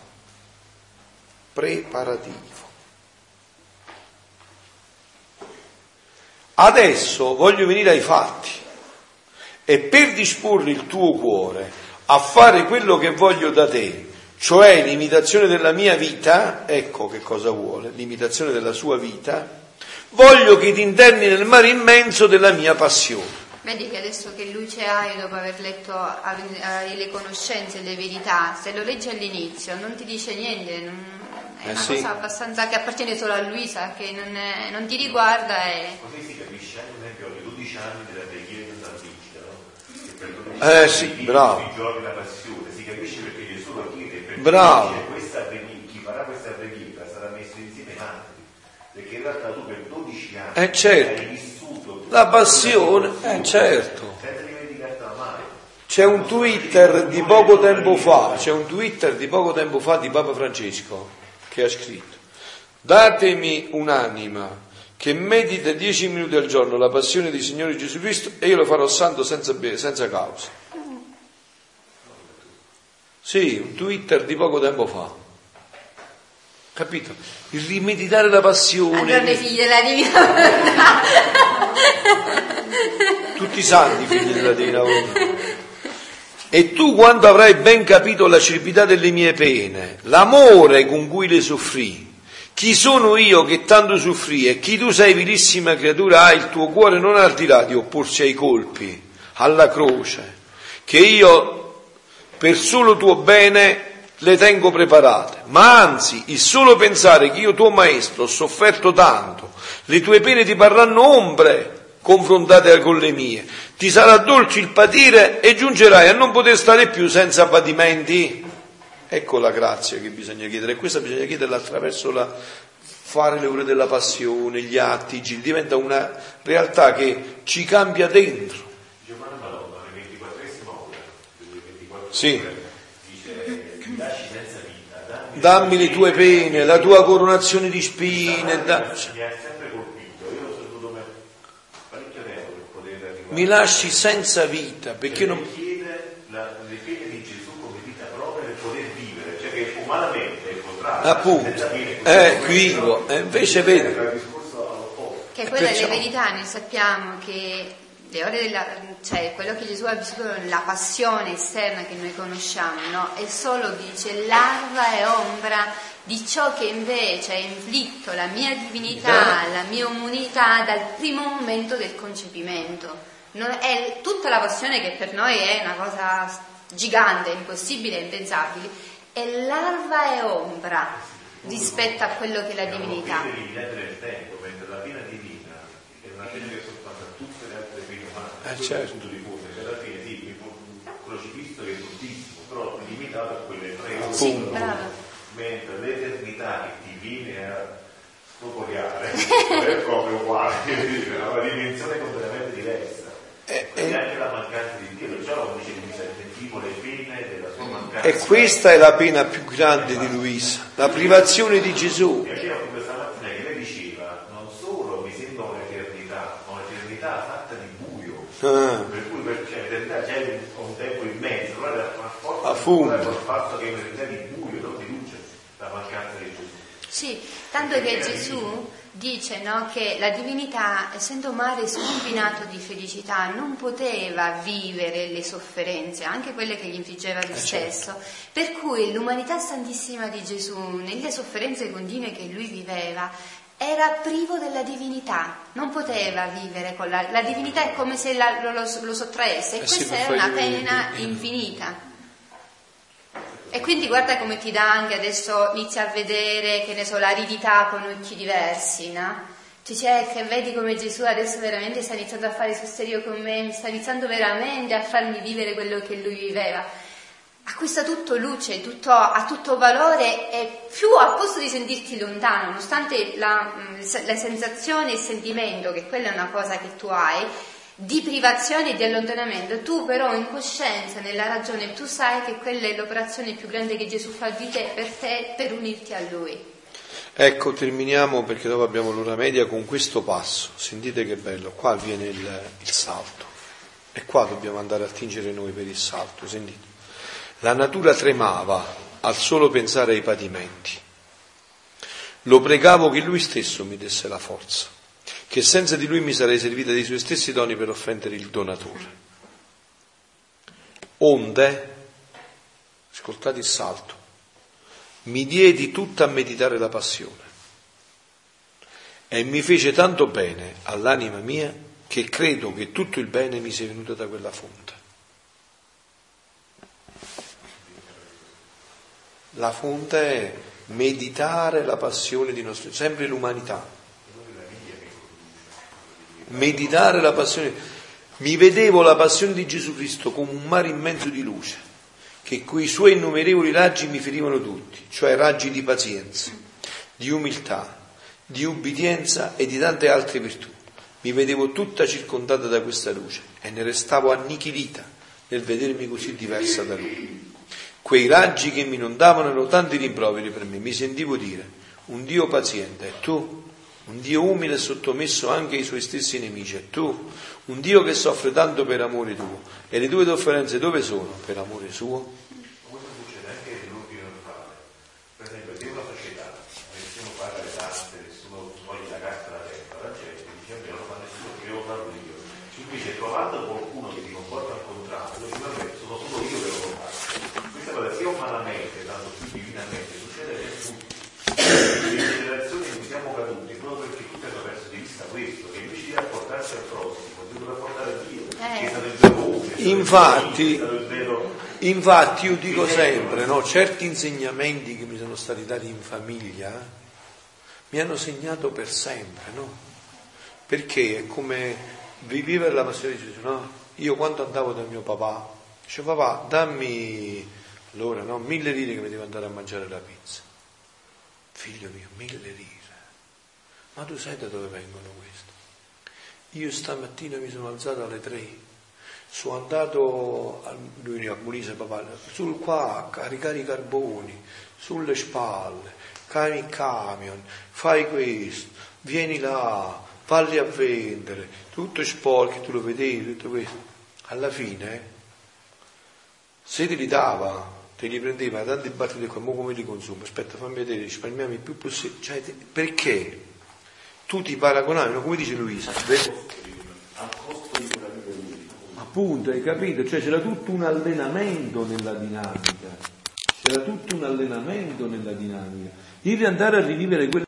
Adesso voglio venire ai fatti, e per disporre il tuo cuore a fare quello che voglio da te, cioè l'imitazione della mia vita, ecco che cosa vuole, l'imitazione della sua vita, voglio che ti interni nel mare immenso della mia passione. Vedi che adesso che luce hai dopo aver letto le conoscenze, le verità, se lo leggi all'inizio non ti dice niente, è una cosa abbastanza che appartiene solo a Luisa, che non ti riguarda. Così si capisce anche, ad esempio, i 12 anni della preghiera di San Vigida, no? Che per 12 anni sì, bravo. i giorni della passione, si capisce perché Gesù lo chiede, perché bravo. chi farà questa preghiera sarà messo insieme ai altri, perché in realtà tu per 12 anni certo. hai vissuto la passione, certo. senza dimenticartela mai. C'è un Twitter di poco tempo fa di Papa Francesco che ha scritto: datemi un'anima che medita 10 minuti al giorno la passione del Signore Gesù Cristo e io lo farò santo senza causa. Sì, un Twitter di poco tempo fa. Capito? Il rimeditare la passione. Allora, figli della Divina Volontà. Tutti santi figli della Divina Volontà. E tu, quando avrai ben capito l'acerbità delle mie pene, l'amore con cui le soffrì, chi sono io che tanto soffrì e chi tu sei, vilissima creatura, hai il tuo cuore non ardirà di opporsi ai colpi, alla croce, che io per solo tuo bene le tengo preparate, ma anzi il solo pensare che io tuo maestro ho sofferto tanto, le tue pene ti parranno ombre confrontate con le mie, ti sarà dolce il patire e giungerai a non poter stare più senza patimenti. Ecco la grazia che bisogna chiedere, e questa bisogna chiederla attraverso fare le ore della passione, gli atti, i giri, diventa una realtà che ci cambia dentro. Giovanna Madonna, nel 24esimo ora, del 24 sì. Dice: mi lasci senza vita, dammi le tue pene, la tua coronazione di spine. Mi ha sempre colpito, io l'ho saputo parecchio tempo per poter arrivare. Mi lasci senza vita, perché non chiede le pene di Gesù come vita propria per poter vivere, cioè che umanamente è il contrario. Appunto, invece vedi. Che quella è la verità, noi sappiamo che le ore cioè quello che Gesù ha vissuto, la passione esterna che noi conosciamo, no? È solo, dice, larva e ombra di ciò che invece ha inflitto la mia divinità, la mia umanità dal primo momento del concepimento. È tutta la passione che per noi è una cosa gigante, impossibile, impensabile, è larva e ombra rispetto a quello che è la divinità. Nel tempo, mentre la pena divina è una pena che sorpassa tutte le altre pene umane, certo. tutto di fondo, che alla fine sì, un crocifisso che è bruttissimo, però limitato a quelle tre. Sì, bravo. Mentre l'eternità che ti viene a spopolare è proprio uguale, è una dimensione completamente diversa. E anche la mancanza di Dio, perciò lo dice Luisa, sentivo le pene della sua mancanza. E questa è la pena più grande di Luisa, la privazione di Gesù. E io questa mattina che lei diceva, non solo mi sembra un'eternità, ma un'eternità fatta di buio, per cui l'eternità c'è un tempo immenso, allora rafforza il fatto che è un'eternità di buio, non di luce, la mancanza di Gesù. Sì, tanto che Gesù dice, no, che la divinità, essendo mare scombinato di felicità, non poteva vivere le sofferenze, anche quelle che gli infliggeva lui stesso, per cui l'umanità santissima di Gesù, nelle sofferenze continue che lui viveva, era privo della divinità, non poteva vivere con la divinità, è come se lo sottraesse, e questa è una pena infinita. E quindi guarda come ti dà anche adesso, inizi a vedere, che ne so, l'aridità con occhi diversi, no? Tu dici, che vedi come Gesù adesso veramente sta iniziando a fare sul serio con me, mi sta iniziando veramente a farmi vivere quello che lui viveva. acquista tutto luce, ha tutto valore, e più al posto di sentirti lontano, nonostante la sensazione e il sentimento, che quella è una cosa che tu hai, di privazione e di allontanamento, tu però in coscienza, nella ragione, tu sai che quella è l'operazione più grande che Gesù fa di te, per unirti a Lui. Ecco, terminiamo, perché dopo abbiamo l'ora media, con questo passo. Sentite che bello, qua avviene il salto, e qua dobbiamo andare a tingere noi per il salto. Sentite, la natura tremava al solo pensare ai patimenti. Lo pregavo che Lui stesso mi desse la forza, che senza di Lui mi sarei servita dei Suoi stessi doni per offendere il Donatore. Onde, ascoltate il salto, mi diedi tutta a meditare la passione, e mi fece tanto bene all'anima mia che credo che tutto il bene mi sia venuto da quella fonte. La fonte è meditare la passione di nostro, sempre l'umanità. Meditare la passione. Mi vedevo la passione di Gesù Cristo come un mare immenso di luce, che coi suoi innumerevoli raggi mi ferivano tutti, cioè raggi di pazienza, di umiltà, di ubbidienza e di tante altre virtù. Mi vedevo tutta circondata da questa luce e ne restavo annichilita nel vedermi così diversa da Lui. Quei raggi che mi inondavano erano tanti rimproveri per me. Mi sentivo dire: un Dio paziente, e tu? Un Dio umile e sottomesso anche ai Suoi stessi nemici, e tu? Un Dio che soffre tanto per amore tuo, e le tue sofferenze dove sono? Per amore suo? Questo succede anche nell'ordine normale. Per esempio, se una società, nessuno paga le tasse, nessuno toglie la carta da terra, la gente dice: almeno non fa nessuno, che devo farlo io. Invece, trovando qualcuno che si comporta al contrario, dice: vabbè, sono solo io che lo faccio. Questa cosa sia umanamente, tanto più divinamente, succede per tutti. Le generazioni in cui siamo caduti, proprio perché tutti hanno perso di vista questo, che invece di rapportarsi al prossimo, devono rapportare a Dio, che è stato il vero uomo. Infatti io dico sempre, no, certi insegnamenti che mi sono stati dati in famiglia mi hanno segnato per sempre, no? Perché è come vivere la passione di Gesù, no? Io quando andavo da mio papà, dicevo: papà, dammi allora, no, 1.000 lire che mi devo andare a mangiare la pizza. Figlio mio, 1.000 lire. Ma tu sai da dove vengono queste? Io stamattina mi sono alzato alle 3. Sono andato, lui a Molise, papà, sul qua a caricare i carboni, sulle spalle, cari il camion, fai questo, vieni là, valli a vendere, tutto sporco, tu lo vedevi, tutto questo. Alla fine, se te li dava, te li prendeva tanti battiti qua, ma come li consumi? Aspetta, fammi vedere, risparmiamo il più possibile. Cioè, perché tu ti paragonavi, no? Come dice Luisa, appunto, hai capito? Cioè c'era tutto un allenamento nella dinamica, Devi andare a rivivere quella